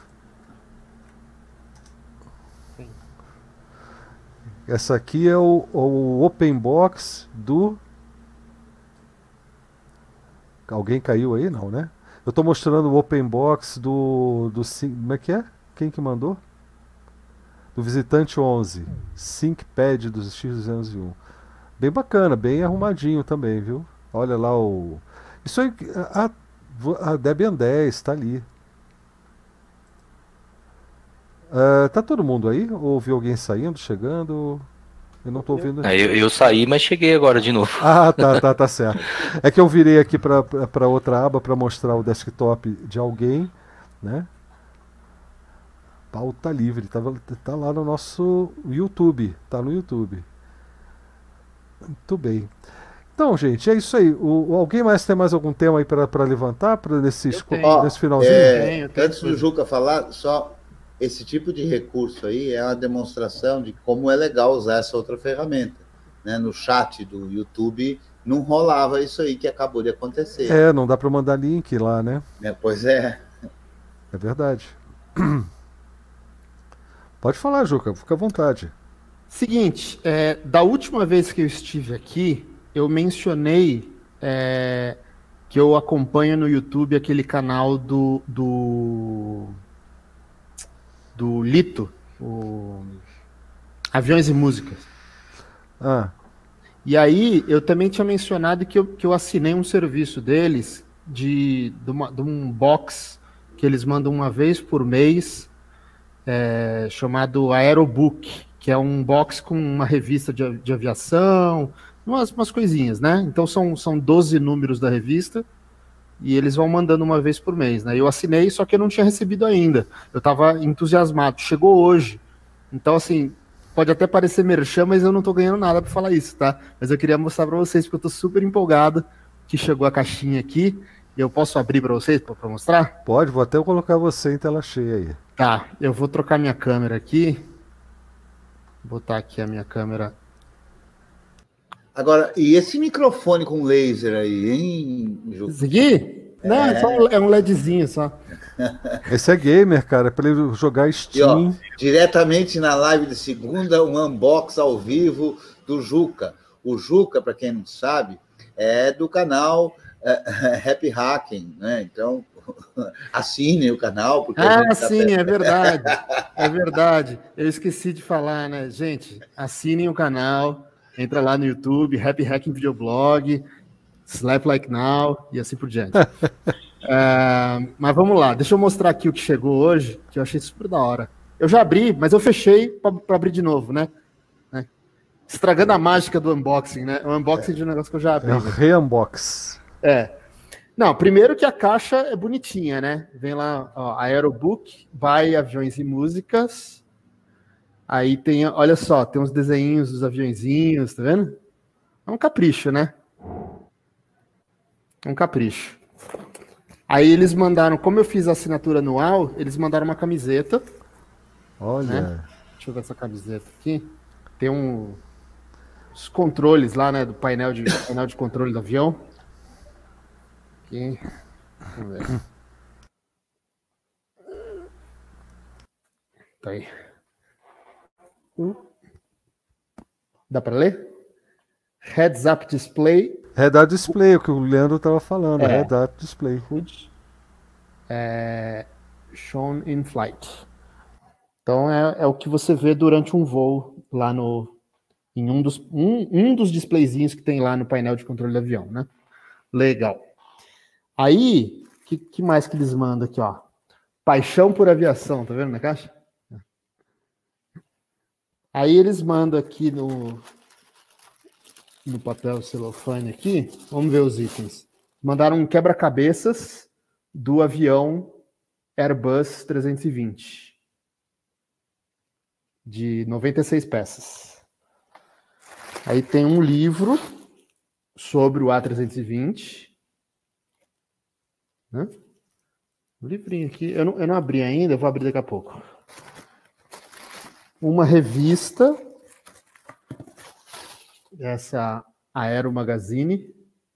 Essa aqui é o, o open box do... Alguém caiu aí? Não, né? Eu estou mostrando o open box do, do... Como é que é? Quem que mandou? Do Visitante onze. ThinkPad dos X duzentos e um. Bem bacana, bem arrumadinho também, viu? Olha lá o... Isso aí... A, a Debian dez está ali. Uh, tá todo mundo aí? Ou ouviu alguém saindo, chegando? Eu não tô ouvindo. É, eu, eu saí, mas cheguei agora de novo. Ah, tá, tá, tá certo. É que eu virei aqui para outra aba para mostrar o desktop de alguém, né? Pauta livre, tá, tá lá no nosso YouTube, tá no YouTube. Muito bem. Então, gente, é isso aí. O, alguém mais tem mais algum tema aí para levantar para nesse, nesse finalzinho? É, tenho, tenho antes do Juca falar, só esse tipo de recurso aí é uma demonstração de como é legal usar essa outra ferramenta. Né? No chat do YouTube não rolava isso aí que acabou de acontecer. É, não dá para mandar link lá, né? É, pois é. É verdade. Pode falar, Juca, fica à vontade. Seguinte, é, da última vez que eu estive aqui, eu mencionei é, que eu acompanho no YouTube aquele canal do do, do Lito, o Aviões e Músicas. Ah. E aí eu também tinha mencionado que eu, que eu assinei um serviço deles de, de, uma, de um box que eles mandam uma vez por mês, é, chamado Aerobook, que é um box com uma revista de, de aviação, umas, umas coisinhas, né? Então são, são doze números da revista e eles vão mandando uma vez por mês, né? Eu assinei, só que eu não tinha recebido ainda. Eu estava entusiasmado. Chegou hoje. Então, assim, pode até parecer merchan, mas eu não tô ganhando nada para falar isso, tá? Mas eu queria mostrar para vocês, porque eu tô super empolgado que chegou a caixinha aqui. Eu posso abrir para vocês, para mostrar? Pode, vou até colocar você em tela cheia aí. Tá, eu vou trocar minha câmera aqui. Vou botar aqui a minha câmera. Agora, e esse microfone com laser aí, hein, Ju? Esse aqui? Não, é, só um, é um LEDzinho só. Esse é gamer, cara, é pra ele jogar Steam. E, ó, diretamente na live de segunda, um unbox ao vivo do Juca. O Juca, para quem não sabe, é do canal é, Happy Hacking, né? Então, assine o canal. Porque ah, tá sim, perto. É verdade. É verdade. Eu esqueci de falar, né? Gente, assinem o canal, entra lá no YouTube, Happy Hacking Videoblog, Slap Like Now e assim por diante. uh, mas vamos lá, deixa eu mostrar aqui o que chegou hoje, que eu achei super da hora. Eu já abri, mas eu fechei para abrir de novo, né? né? Estragando a mágica do unboxing, né? O unboxing é. de um negócio que eu já abri. É o né? re-unbox. É. Não, primeiro que a caixa é bonitinha, né? Vem lá, ó, Aerobook, by Aviões e Músicas. Aí tem, olha só, tem uns desenhinhos dos aviõezinhos, tá vendo? É um capricho, né? É um capricho. Aí eles mandaram, como eu fiz a assinatura anual, eles mandaram uma camiseta. Olha. Né? Deixa eu ver essa camiseta aqui. Tem um, os controles lá, né? Do painel de, painel de controle do avião. Aqui. Vamos ver. Tá aí. Dá para ler? Heads Up Display. Head Up Display, o que o Leandro estava falando. É. Head Up Display. É, shown in flight. Então é, é o que você vê durante um voo lá no em um dos um, um dos displayzinhos que tem lá no painel de controle do avião, né? Legal. Aí, o que, que mais que eles mandam aqui, ó? Paixão por aviação, tá vendo na caixa? Aí eles mandam aqui no, no papel celofane aqui, vamos ver os itens. Mandaram um quebra-cabeças do avião Airbus trezentos e vinte, de noventa e seis peças. Aí tem um livro sobre o A trezentos e vinte, né? Um livrinho aqui, eu não, eu não abri ainda, eu vou abrir daqui a pouco. uma revista, essa Aero Magazine.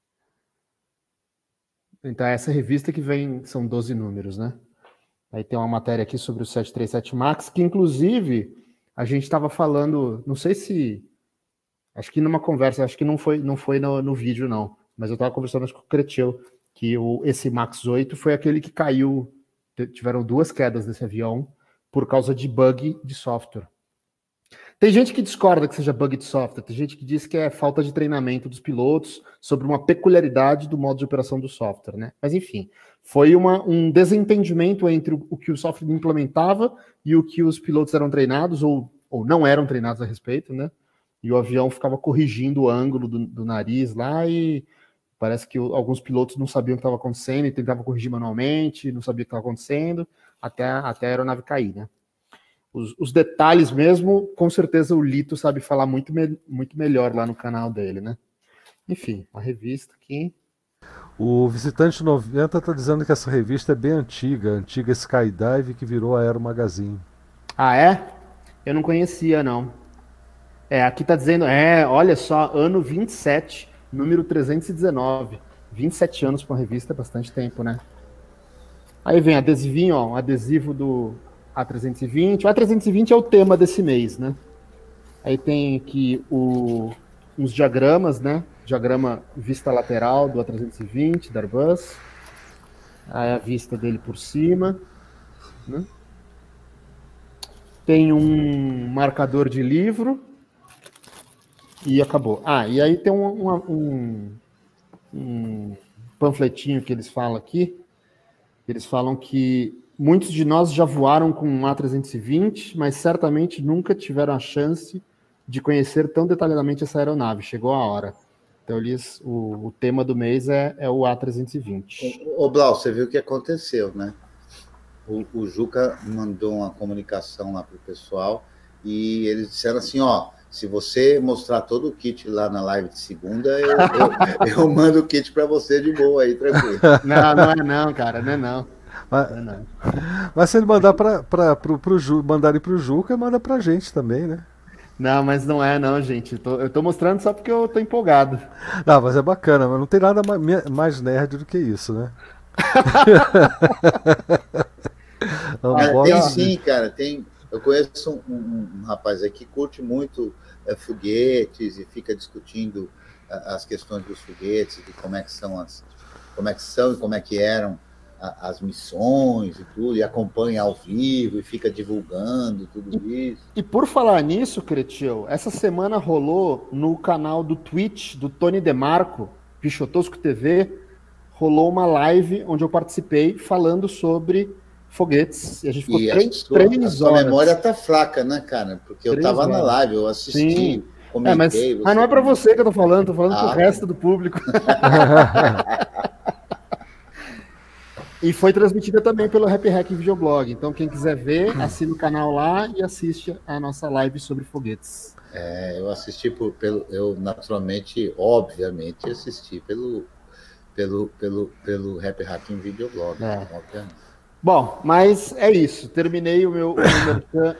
Então, essa revista que vem, são doze números, né? Aí tem uma matéria aqui sobre o sete três sete MAX, que inclusive a gente estava falando, não sei se, acho que numa conversa, acho que não foi, não foi no, no vídeo não, mas eu estava conversando com o Cretil, que o, esse MAX oito foi aquele que caiu, tiveram duas quedas desse avião por causa de bug de software. Tem gente que discorda que seja bug de software, tem gente que diz que é falta de treinamento dos pilotos sobre uma peculiaridade do modo de operação do software, né? Mas enfim, foi uma, um desentendimento entre o, o que o software implementava e o que os pilotos eram treinados ou, ou não eram treinados a respeito, né? E o avião ficava corrigindo o ângulo do, do nariz lá e parece que o, alguns pilotos não sabiam o que estava acontecendo e tentavam corrigir manualmente, não sabiam o que estava acontecendo, até, até a aeronave cair, né? Os, os detalhes mesmo, com certeza o Lito sabe falar muito, me, muito melhor lá no canal dele, né? Enfim, uma revista aqui. O Visitante noventa está dizendo que essa revista é bem antiga, antiga Skydive que virou a Aero Magazine. Ah, é? Eu não conhecia, não. É, aqui está dizendo, é, olha só, ano vinte e sete, número trezentos e dezenove. vinte e sete anos para uma revista é bastante tempo, né? Aí vem adesivinho, ó, um adesivo do A trezentos e vinte. O A trezentos e vinte é o tema desse mês, né? Aí tem aqui o, uns diagramas, né? Diagrama vista lateral do A trezentos e vinte, da Airbus. Aí a vista dele por cima, né? Tem um marcador de livro e acabou. Ah, e aí tem um, um, um panfletinho que eles falam aqui. Eles falam que muitos de nós já voaram com um A trezentos e vinte, mas certamente nunca tiveram a chance de conhecer tão detalhadamente essa aeronave. Chegou a hora. Então, eles, o, o tema do mês é, é o A trezentos e vinte. Ô, Blau, você viu o que aconteceu, né? O, o Juca mandou uma comunicação lá para o pessoal e eles disseram assim, ó, se você mostrar todo o kit lá na live de segunda, eu, eu, eu mando o kit para você de boa aí, tranquilo. Não, não é não, cara, não é não. Mas, não é não. Mas se ele mandar para pro, pro Ju, mandarem para o Juca, manda para a gente também, né? Não, mas não é não, gente. Eu tô, eu tô mostrando só porque eu tô empolgado. Não, mas é bacana, mas não tem nada mais nerd do que isso, né? Cara, tem sim, cara. Tem, eu conheço um, um, um rapaz aqui que curte muito é, foguetes e fica discutindo a, as questões dos foguetes, de como é que são as, como é que são e como é que eram a, as missões e tudo, e acompanha ao vivo e fica divulgando tudo isso. E, e por falar nisso, Cretil, essa semana rolou no canal do Twitch do Tony DeMarco, Pichotosco T V, rolou uma live onde eu participei falando sobre foguetes. E a gente ficou e três, sua, três a sua horas. memória tá fraca, né, cara? Porque eu tava na live, eu assisti, Sim. comentei. É, mas, você... mas não é para você que eu tô falando, tô falando ah, pro resto do público. E foi transmitida também pelo Happy Hack Videoblog. Então, quem quiser ver, assina o canal lá e assiste a nossa live sobre foguetes. É, eu assisti por, pelo. Eu, naturalmente, obviamente, assisti pelo, pelo, pelo, pelo Happy Hacking Videoblog. É. Obviamente. Bom, mas é isso. Terminei o meu. O meu...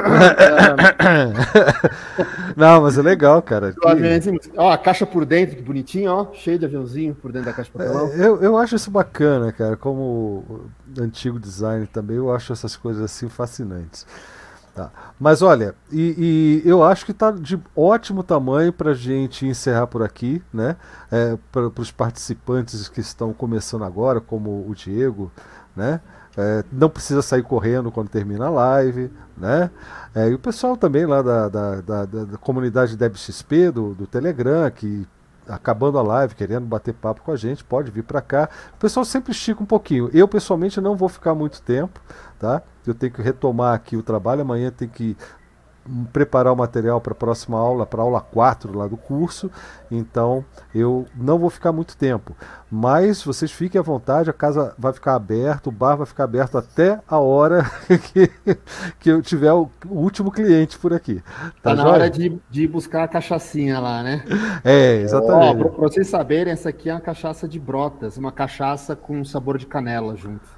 Não, mas é legal, cara. Que... Ó, a caixa por dentro, que bonitinho, ó. Cheio de aviãozinho por dentro da caixa de papelão. Eu, eu acho isso bacana, cara. Como antigo design também, eu acho essas coisas assim fascinantes. Tá. Mas olha, e, e eu acho que está de ótimo tamanho para a gente encerrar por aqui, né? É, para os participantes que estão começando agora, como o Diego, né? É, não precisa sair correndo quando termina a live, né? É, e o pessoal também lá da, da, da, da comunidade D E B X P, do, do Telegram, que acabando a live, querendo bater papo com a gente, pode vir para cá. O pessoal sempre estica um pouquinho. Eu, pessoalmente, não vou ficar muito tempo, tá? Eu tenho que retomar aqui o trabalho, amanhã tem que preparar o material para a próxima aula, para a aula quatro lá do curso, então eu não vou ficar muito tempo, mas vocês fiquem à vontade, a casa vai ficar aberta, o bar vai ficar aberto até a hora que, que eu tiver o, o último cliente por aqui. Tá, tá na hora de, de buscar a cachaçinha lá, né? É, exatamente. Para vocês saberem, essa aqui é uma cachaça de brotas, uma cachaça com sabor de canela junto.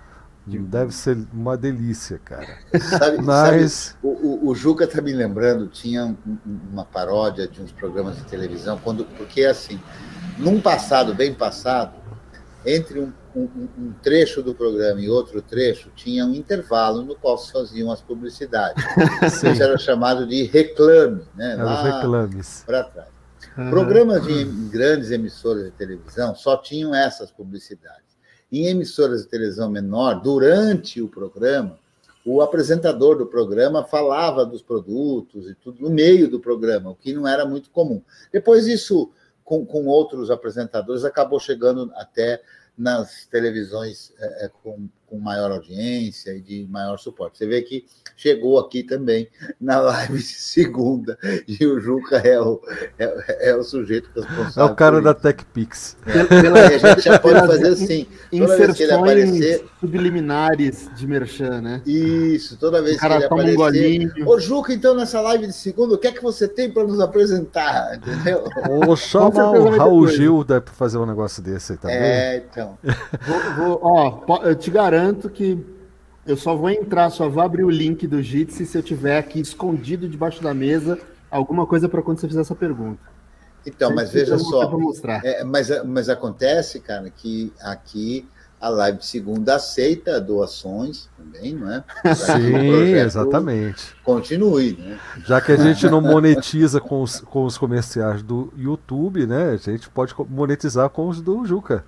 Deve ser uma delícia, cara. Sabe, Mas... sabe, o, o, o Juca está me lembrando, tinha um, uma paródia de uns programas de televisão, quando, porque assim, num passado, bem passado, entre um, um, um trecho do programa e outro trecho, tinha um intervalo no qual se faziam as publicidades. Isso era chamado de reclame, né? Era lá os reclames. para trás. Uhum. Programas de grandes emissoras de televisão só tinham essas publicidades. Em emissoras de televisão menor, durante o programa, o apresentador do programa falava dos produtos e tudo no meio do programa, o que não era muito comum. Depois isso, com, com outros apresentadores, acabou chegando até nas televisões é, com, com maior audiência e de maior suporte. Você vê que chegou aqui também na live de segunda, e o Juca é o, é, é o sujeito responsável. É o cara da TechPix. É, pela, a gente já pode fazer assim, toda vez que ele aparecer... subliminares de merchan, né? Isso, toda vez o cara que ele toma aparecer... Um golinho. Ô, Juca, então, nessa live de segunda, o que é que você tem para nos apresentar? Entendeu? Ou chama o Raul Gil para fazer um negócio desse aí, tá vendo? É, então. Vou, vou, ó, eu te garanto que eu só vou entrar, só vou abrir o link do Jitsi se eu tiver aqui escondido debaixo da mesa alguma coisa para quando você fizer essa pergunta. Então, mas veja só, mostrar. É, mas, mas acontece, cara, que aqui a live de segunda aceita doações também, não é? Sim, exatamente. Continue, né? Já que a gente não monetiza com os, com os comerciais do YouTube, né? A gente pode monetizar com os do Juca.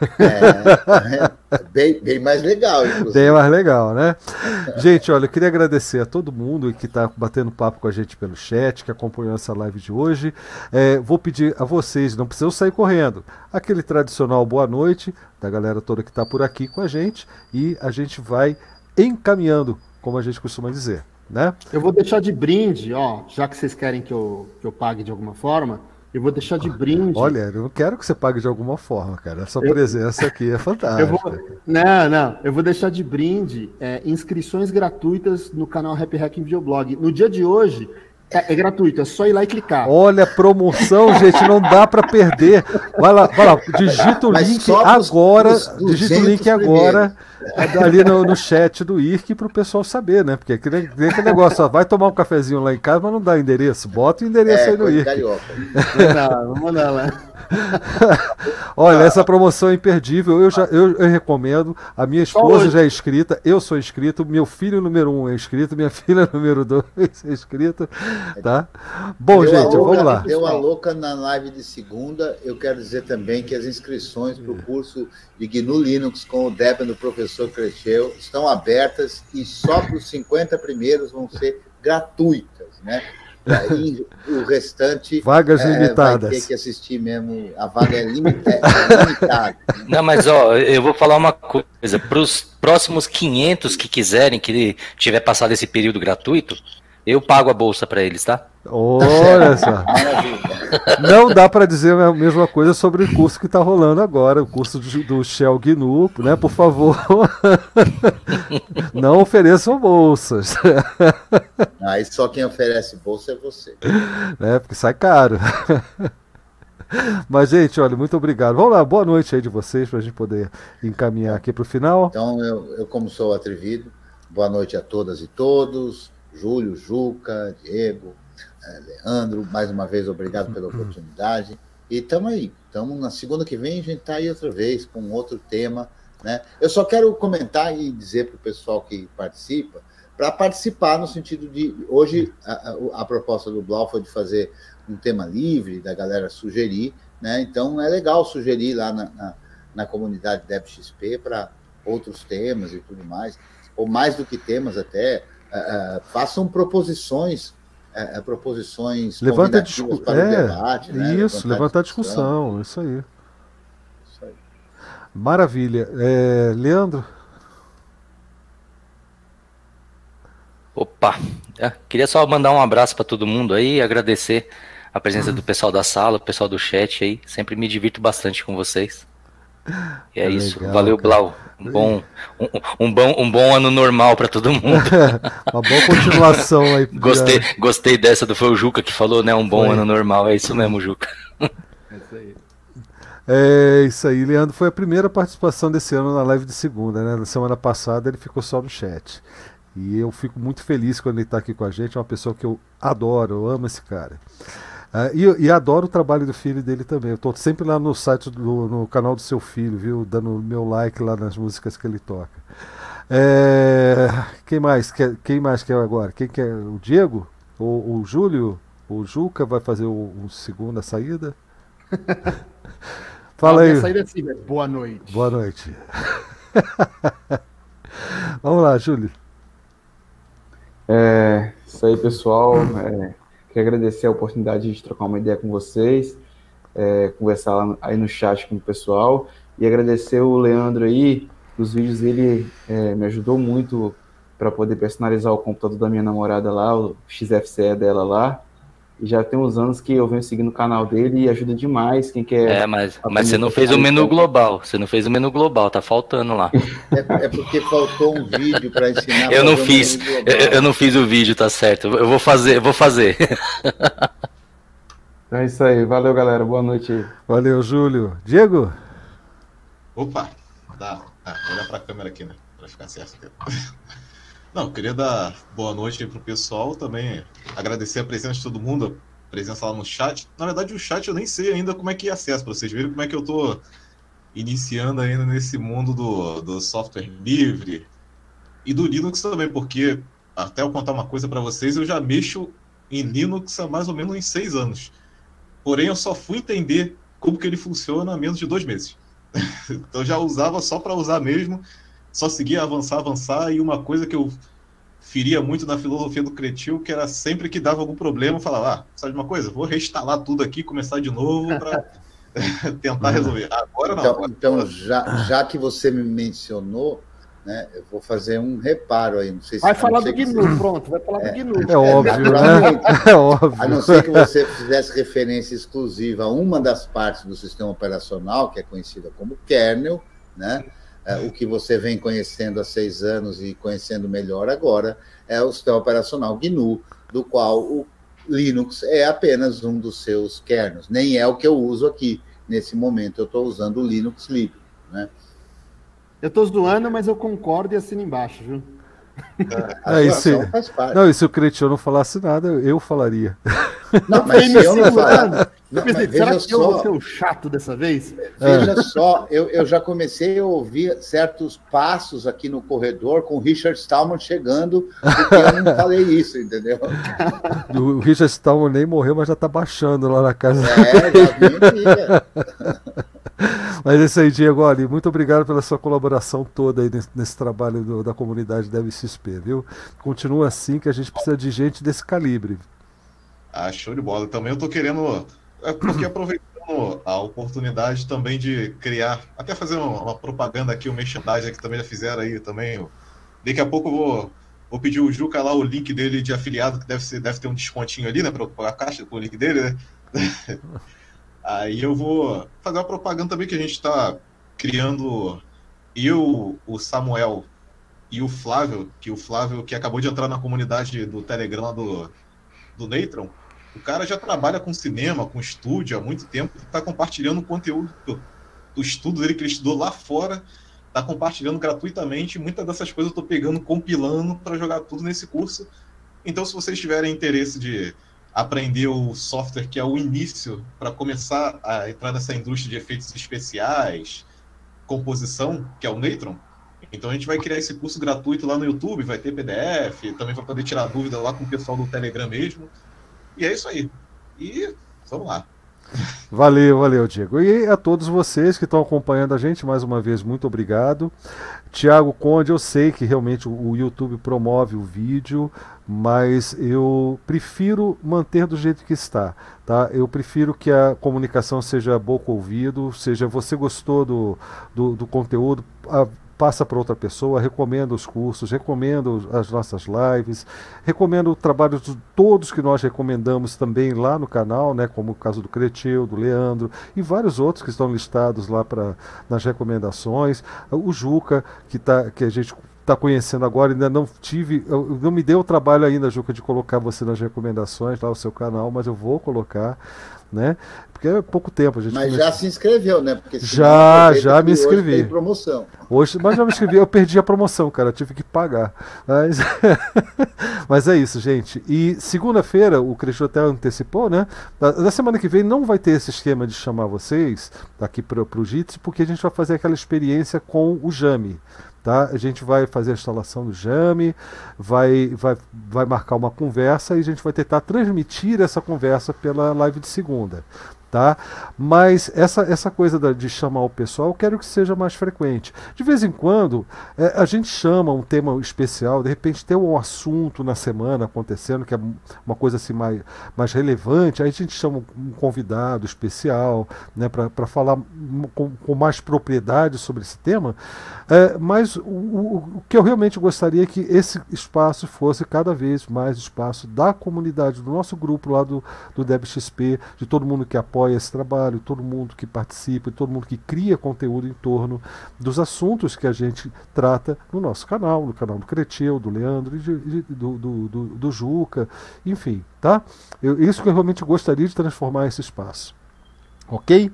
É, é bem, bem mais legal, inclusive. Bem mais legal, né? Gente, olha, eu queria agradecer a todo mundo que está batendo papo com a gente pelo chat, que acompanhou essa live de hoje. É, vou pedir a vocês, não precisam sair correndo, aquele tradicional boa noite da galera toda que está por aqui com a gente, e a gente vai encaminhando, como a gente costuma dizer, né? Eu vou deixar de brinde, ó, já que vocês querem que eu, que eu pague de alguma forma, eu vou deixar de brinde. Olha, eu não quero que você pague de alguma forma, cara. A sua eu, presença aqui é fantástica. Eu vou, não, não. Eu vou deixar de brinde é, inscrições gratuitas no canal Happy Hacking Videoblog. No dia de hoje, é, é gratuito, é só ir lá e clicar. Olha, promoção, gente, não dá para perder. Vai lá, vai lá, digita o Mas link agora, os, os digita o link agora ali no, no chat do I R C para o pessoal saber, né? Porque aquele, aquele negócio, ó, vai tomar um cafezinho lá em casa, mas não dá endereço. Bota o endereço é, aí no I R C. Vamos mandar lá. Olha, essa promoção é imperdível. Eu, já, eu, eu recomendo. A minha esposa já é inscrita, eu sou inscrito, meu filho número um é inscrito, minha filha número dois é inscrito. Tá? Bom, deu gente, louca, vamos lá. Deu a louca na live de segunda. Eu quero dizer também que as inscrições para o curso de G N U Linux com o Debian do professor Cresceu estão abertas e só para os cinquenta primeiros vão ser gratuitas, né? Aí o restante vagas é, limitadas. Vai ter que assistir mesmo. A vaga é, limita, é limitada. Não, mas ó, eu vou falar uma coisa. Para os próximos quinhentos que quiserem, que tiver passado esse período gratuito, eu pago a bolsa para eles, tá? Olha só. Não dá para dizer a mesma coisa sobre o curso que está rolando agora, o curso do, do Shell G N U, né? Por favor, não ofereçam bolsas. Aí só quem oferece bolsa é você. É, porque sai caro. Mas, gente, olha, muito obrigado. Vamos lá, boa noite aí de vocês, para a gente poder encaminhar aqui para o final. Então, eu, eu, como sou atrevido, boa noite a todas e todos. Júlio, Juca, Diego, Leandro, mais uma vez, obrigado pela oportunidade. E estamos aí, estamos na segunda que vem, a gente está aí outra vez com outro tema, né? Eu só quero comentar e dizer para o pessoal que participa, para participar no sentido de, hoje, a, a, a proposta do Blau foi de fazer um tema livre, da galera sugerir, né? Então é legal sugerir lá na, na, na comunidade DebXP para outros temas e tudo mais, ou mais do que temas até, uh, façam proposições, uh, proposições levanta discu- para é, o debate. Né? Isso, levantar discussão, discussão, isso aí. Isso aí. Maravilha. É, Leandro? Opa, é, queria só mandar um abraço para todo mundo aí, agradecer a presença do pessoal da sala, o pessoal do chat aí, sempre me divirto bastante com vocês. E é, é isso, legal, valeu, cara. Blau, um bom, um, um bom, um bom ano normal para todo mundo. Uma boa continuação aí. Gostei, gostei dessa, do foi o Juca que falou, né, um bom foi. Ano normal, é isso mesmo, Juca. É isso aí. É isso aí, Leandro. Foi a primeira participação desse ano na live de segunda, né? Na semana passada ele ficou só no chat. E eu fico muito feliz quando ele está aqui com a gente. É uma pessoa que eu adoro, eu amo esse cara. Uh, e, e adoro o trabalho do filho dele também. Eu estou sempre lá no site, do, no canal do seu filho, viu? Dando meu like lá nas músicas que ele toca. É... Quem mais quer, quem mais quer agora? Quem quer? O Diego? O, o Júlio? O Juca vai fazer o, o segunda saída? Fala aí. Saída assim, né? Boa noite. Boa noite. Vamos lá, Júlio. É, isso aí, pessoal. É, quero agradecer a oportunidade de trocar uma ideia com vocês, é, conversar lá aí no chat com o pessoal, e agradecer o Leandro aí. Os vídeos dele é, me ajudou muito para poder personalizar o computador da minha namorada lá, o X F C E dela lá. E já tem uns anos que eu venho seguindo o canal dele e ajuda demais quem quer... É, mas, mas você não fez o menu global. Você não fez o menu global, tá faltando lá. É, é porque faltou um vídeo para ensinar. Eu não fiz, eu, eu não fiz o vídeo, tá certo. Eu vou fazer, eu vou fazer. É isso aí, valeu galera, boa noite aí. Valeu, Júlio. Diego? Opa, dá. Ah, olha pra câmera aqui, né? Pra ficar certo. Não, queria dar boa noite aí pro pessoal também, agradecer a presença de todo mundo, a presença lá no chat. Na verdade, o chat eu nem sei ainda como é que é acesso, pra vocês verem como é que eu tô iniciando ainda nesse mundo do, do software livre e do Linux também, porque, até eu contar uma coisa para vocês, eu já mexo em Linux há mais ou menos uns seis anos. Porém, eu só fui entender como que ele funciona há menos de dois meses. Então, eu já usava só para usar mesmo, só seguia avançar, avançar, e uma coisa que eu feria muito na filosofia do Cretil, que era sempre que dava algum problema, eu falava, ah, sabe de uma coisa? Vou reinstalar tudo aqui, começar de novo para tentar resolver. Agora não. Então, agora... então já, já que você me mencionou, né, eu vou fazer um reparo aí. Não sei se vai falar do G N U, você... pronto, vai falar é, do G N U. É, é óbvio, né? É óbvio. A não ser que você fizesse referência exclusiva a uma das partes do sistema operacional, que é conhecida como kernel, né? É, o que você vem conhecendo há seis anos e conhecendo melhor agora é o sistema operacional G N U, do qual o Linux é apenas um dos seus kernels. Nem é o que eu uso aqui. Nesse momento, eu estou usando o Linux livre, né? Eu estou zoando, mas eu concordo e assino embaixo, viu? A É, e se, faz parte. não, e se o Cretil não falasse nada, eu falaria. Não, mas se eu não falar... Não, mas será veja que eu só, vou ser o chato dessa vez? Veja é. só, eu, eu já comecei a ouvir certos passos aqui no corredor com o Richard Stallman chegando, porque eu não falei isso, entendeu? O Richard Stallman nem morreu, mas já está baixando lá na casa. É, já vi. Mas é isso aí, Diego. Olha, muito obrigado pela sua colaboração toda aí nesse, nesse trabalho do, da comunidade Dev X P, viu? Continua assim, que a gente precisa de gente desse calibre. Ah, show de bola. Também eu tô querendo... É porque aproveitando a oportunidade também de criar, até fazer uma, uma propaganda aqui, o merchandising que também já fizeram aí também. Daqui a pouco eu vou, vou pedir o Juca lá o link dele de afiliado, que deve, ser, deve ter um descontinho ali, né, para a caixa com o link dele, né? Aí eu vou fazer uma propaganda também que a gente está criando, eu, o Samuel e o Flávio, que o Flávio que acabou de entrar na comunidade do Telegram do, do Neutron. O cara já trabalha com cinema, com estúdio há muito tempo, está compartilhando o conteúdo do, do estudo dele que ele estudou lá fora, está compartilhando gratuitamente. Muitas dessas coisas eu estou pegando, compilando para jogar tudo nesse curso. Então, se vocês tiverem interesse de aprender o software que é o início para começar a entrar nessa indústria de efeitos especiais, composição, que é o Neutron, então a gente vai criar esse curso gratuito lá no YouTube, vai ter P D F, também vai poder tirar dúvida lá com o pessoal do Telegram mesmo. E é isso aí. E vamos lá. Valeu, valeu, Diego. E a todos vocês que estão acompanhando a gente, mais uma vez, muito obrigado. Tiago Conde, eu sei que realmente o YouTube promove o vídeo, mas eu prefiro manter do jeito que está, tá? Eu prefiro que a comunicação seja boca ouvido, seja você gostou do, do, do conteúdo, a, passa para outra pessoa, recomenda os cursos, recomenda as nossas lives, recomendo o trabalho de todos que nós recomendamos também lá no canal, né, como o caso do Cretil, do Leandro e vários outros que estão listados lá pra, nas recomendações. O Juca, que, tá, que a gente está conhecendo agora, ainda não tive, não me deu o trabalho ainda, Juca, de colocar você nas recomendações lá, o seu canal, mas eu vou colocar. né? Porque é pouco tempo a gente. Mas começou... já se inscreveu, né? Porque já, já me inscrevi. Hoje tem promoção. Hoje, mas já me inscrevi, eu perdi a promoção, cara, eu tive que pagar. Mas, mas é isso, gente. E segunda-feira, o Cristian até antecipou, né? Da, da semana que vem não vai ter esse esquema de chamar vocês aqui para o Jitsi, porque a gente vai fazer aquela experiência com o Jame. Tá? A gente vai fazer a instalação do Jame, vai, vai, vai marcar uma conversa e a gente vai tentar transmitir essa conversa pela live de segunda. Tá? Mas essa, essa coisa da, de chamar o pessoal, eu quero que seja mais frequente. De vez em quando, é, a gente chama um tema especial, de repente tem um assunto na semana acontecendo, que é uma coisa assim mais, mais relevante, aí a gente chama um convidado especial, né, para falar com, com mais propriedade sobre esse tema. É, mas o, o, o que eu realmente gostaria é que esse espaço fosse cada vez mais espaço da comunidade, do nosso grupo lá do, do D E B X P, de todo mundo que apoia esse trabalho, todo mundo que participa, todo mundo que cria conteúdo em torno dos assuntos que a gente trata no nosso canal, no canal do Creteu, do Leandro, e de, de, do, do, do, do Juca, enfim, tá? Eu, isso que eu realmente gostaria de transformar esse espaço. Ok?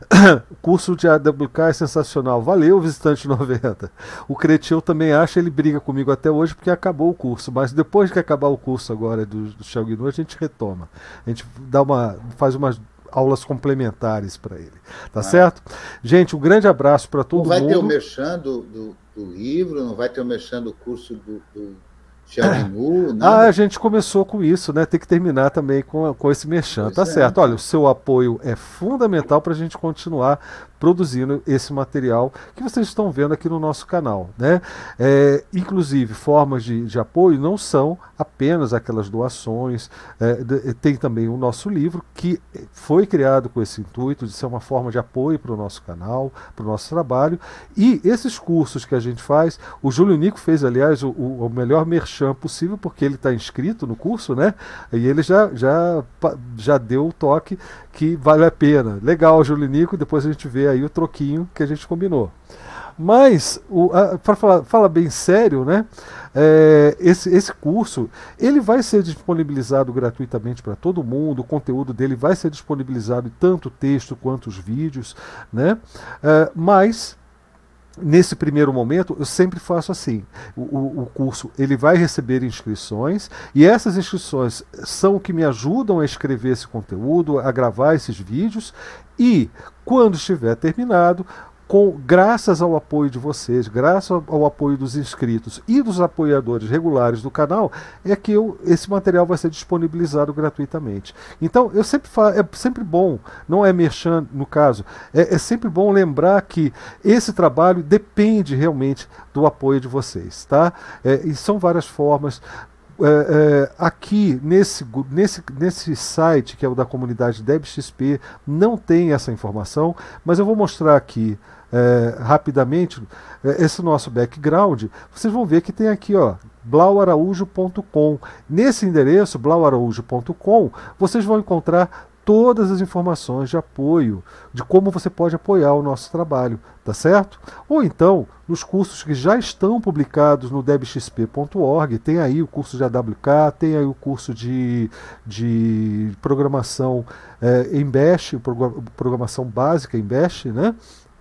O curso de A W K é sensacional. Valeu, visitante noventa. O Creteu também acha, ele briga comigo até hoje porque acabou o curso. Mas depois que acabar o curso agora do, do Xiaognu, a gente retoma. A gente dá uma, faz umas aulas complementares para ele. Tá ah. certo? Gente, um grande abraço para todo mundo. Não vai ter o merchan do, do, do livro, não vai ter o merchan do curso do... do... Xiaognu, ah, a gente começou com isso, né? Tem que terminar também com, com esse merchan, pois tá é. certo. Olha, o seu apoio é fundamental para a gente continuar produzindo esse material que vocês estão vendo aqui no nosso canal, né? É, inclusive, formas de, de apoio não são apenas aquelas doações, é, de, tem também o nosso livro, que foi criado com esse intuito de ser uma forma de apoio para o nosso canal, para o nosso trabalho, e esses cursos que a gente faz, o Júlio Nico fez, aliás, o, o melhor merchan possível, porque ele está inscrito no curso, né? E ele já, já, já deu o toque que vale a pena. Legal, Júlio Nico, depois a gente vê aí o troquinho que a gente combinou. Mas, para falar, falar bem sério, né? É, esse, esse curso ele vai ser disponibilizado gratuitamente para todo mundo, o conteúdo dele vai ser disponibilizado tanto o texto quanto os vídeos, né? É, mas nesse primeiro momento, eu sempre faço assim, o, o, o curso ele vai receber inscrições, e essas inscrições são o que me ajudam a escrever esse conteúdo, a gravar esses vídeos, e quando estiver terminado, com, graças ao apoio de vocês, graças ao, ao apoio dos inscritos e dos apoiadores regulares do canal, é que eu, esse material vai ser disponibilizado gratuitamente. Então, eu sempre falo, é sempre bom, não é merchan no caso, é, é sempre bom lembrar que esse trabalho depende realmente do apoio de vocês, tá? É, e são várias formas. É, é, aqui nesse, nesse, nesse site, que é o da comunidade D E B X P, não tem essa informação, mas eu vou mostrar aqui é, rapidamente é, esse nosso background. Vocês vão ver que tem aqui, ó, blau araújo ponto com. Nesse endereço, blau araújo ponto com, vocês vão encontrar todas as informações de apoio, de como você pode apoiar o nosso trabalho, tá certo? Ou então, nos cursos que já estão publicados no D E B X P ponto org, tem aí o curso de A W K, tem aí o curso de, de programação é, em Bash, programação básica em Bash, né?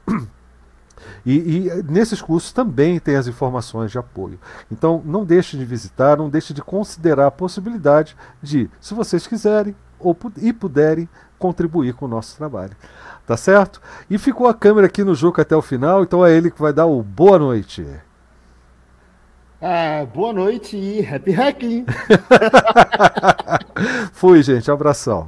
E, e nesses cursos também tem as informações de apoio. Então não deixe de visitar, não deixe de considerar a possibilidade de, se vocês quiserem ou, e puderem, contribuir com o nosso trabalho. Tá certo? E ficou a câmera aqui no Juca até o final, então é ele que vai dar o boa noite. Ah, boa noite e happy hacking! Fui, gente. Abração.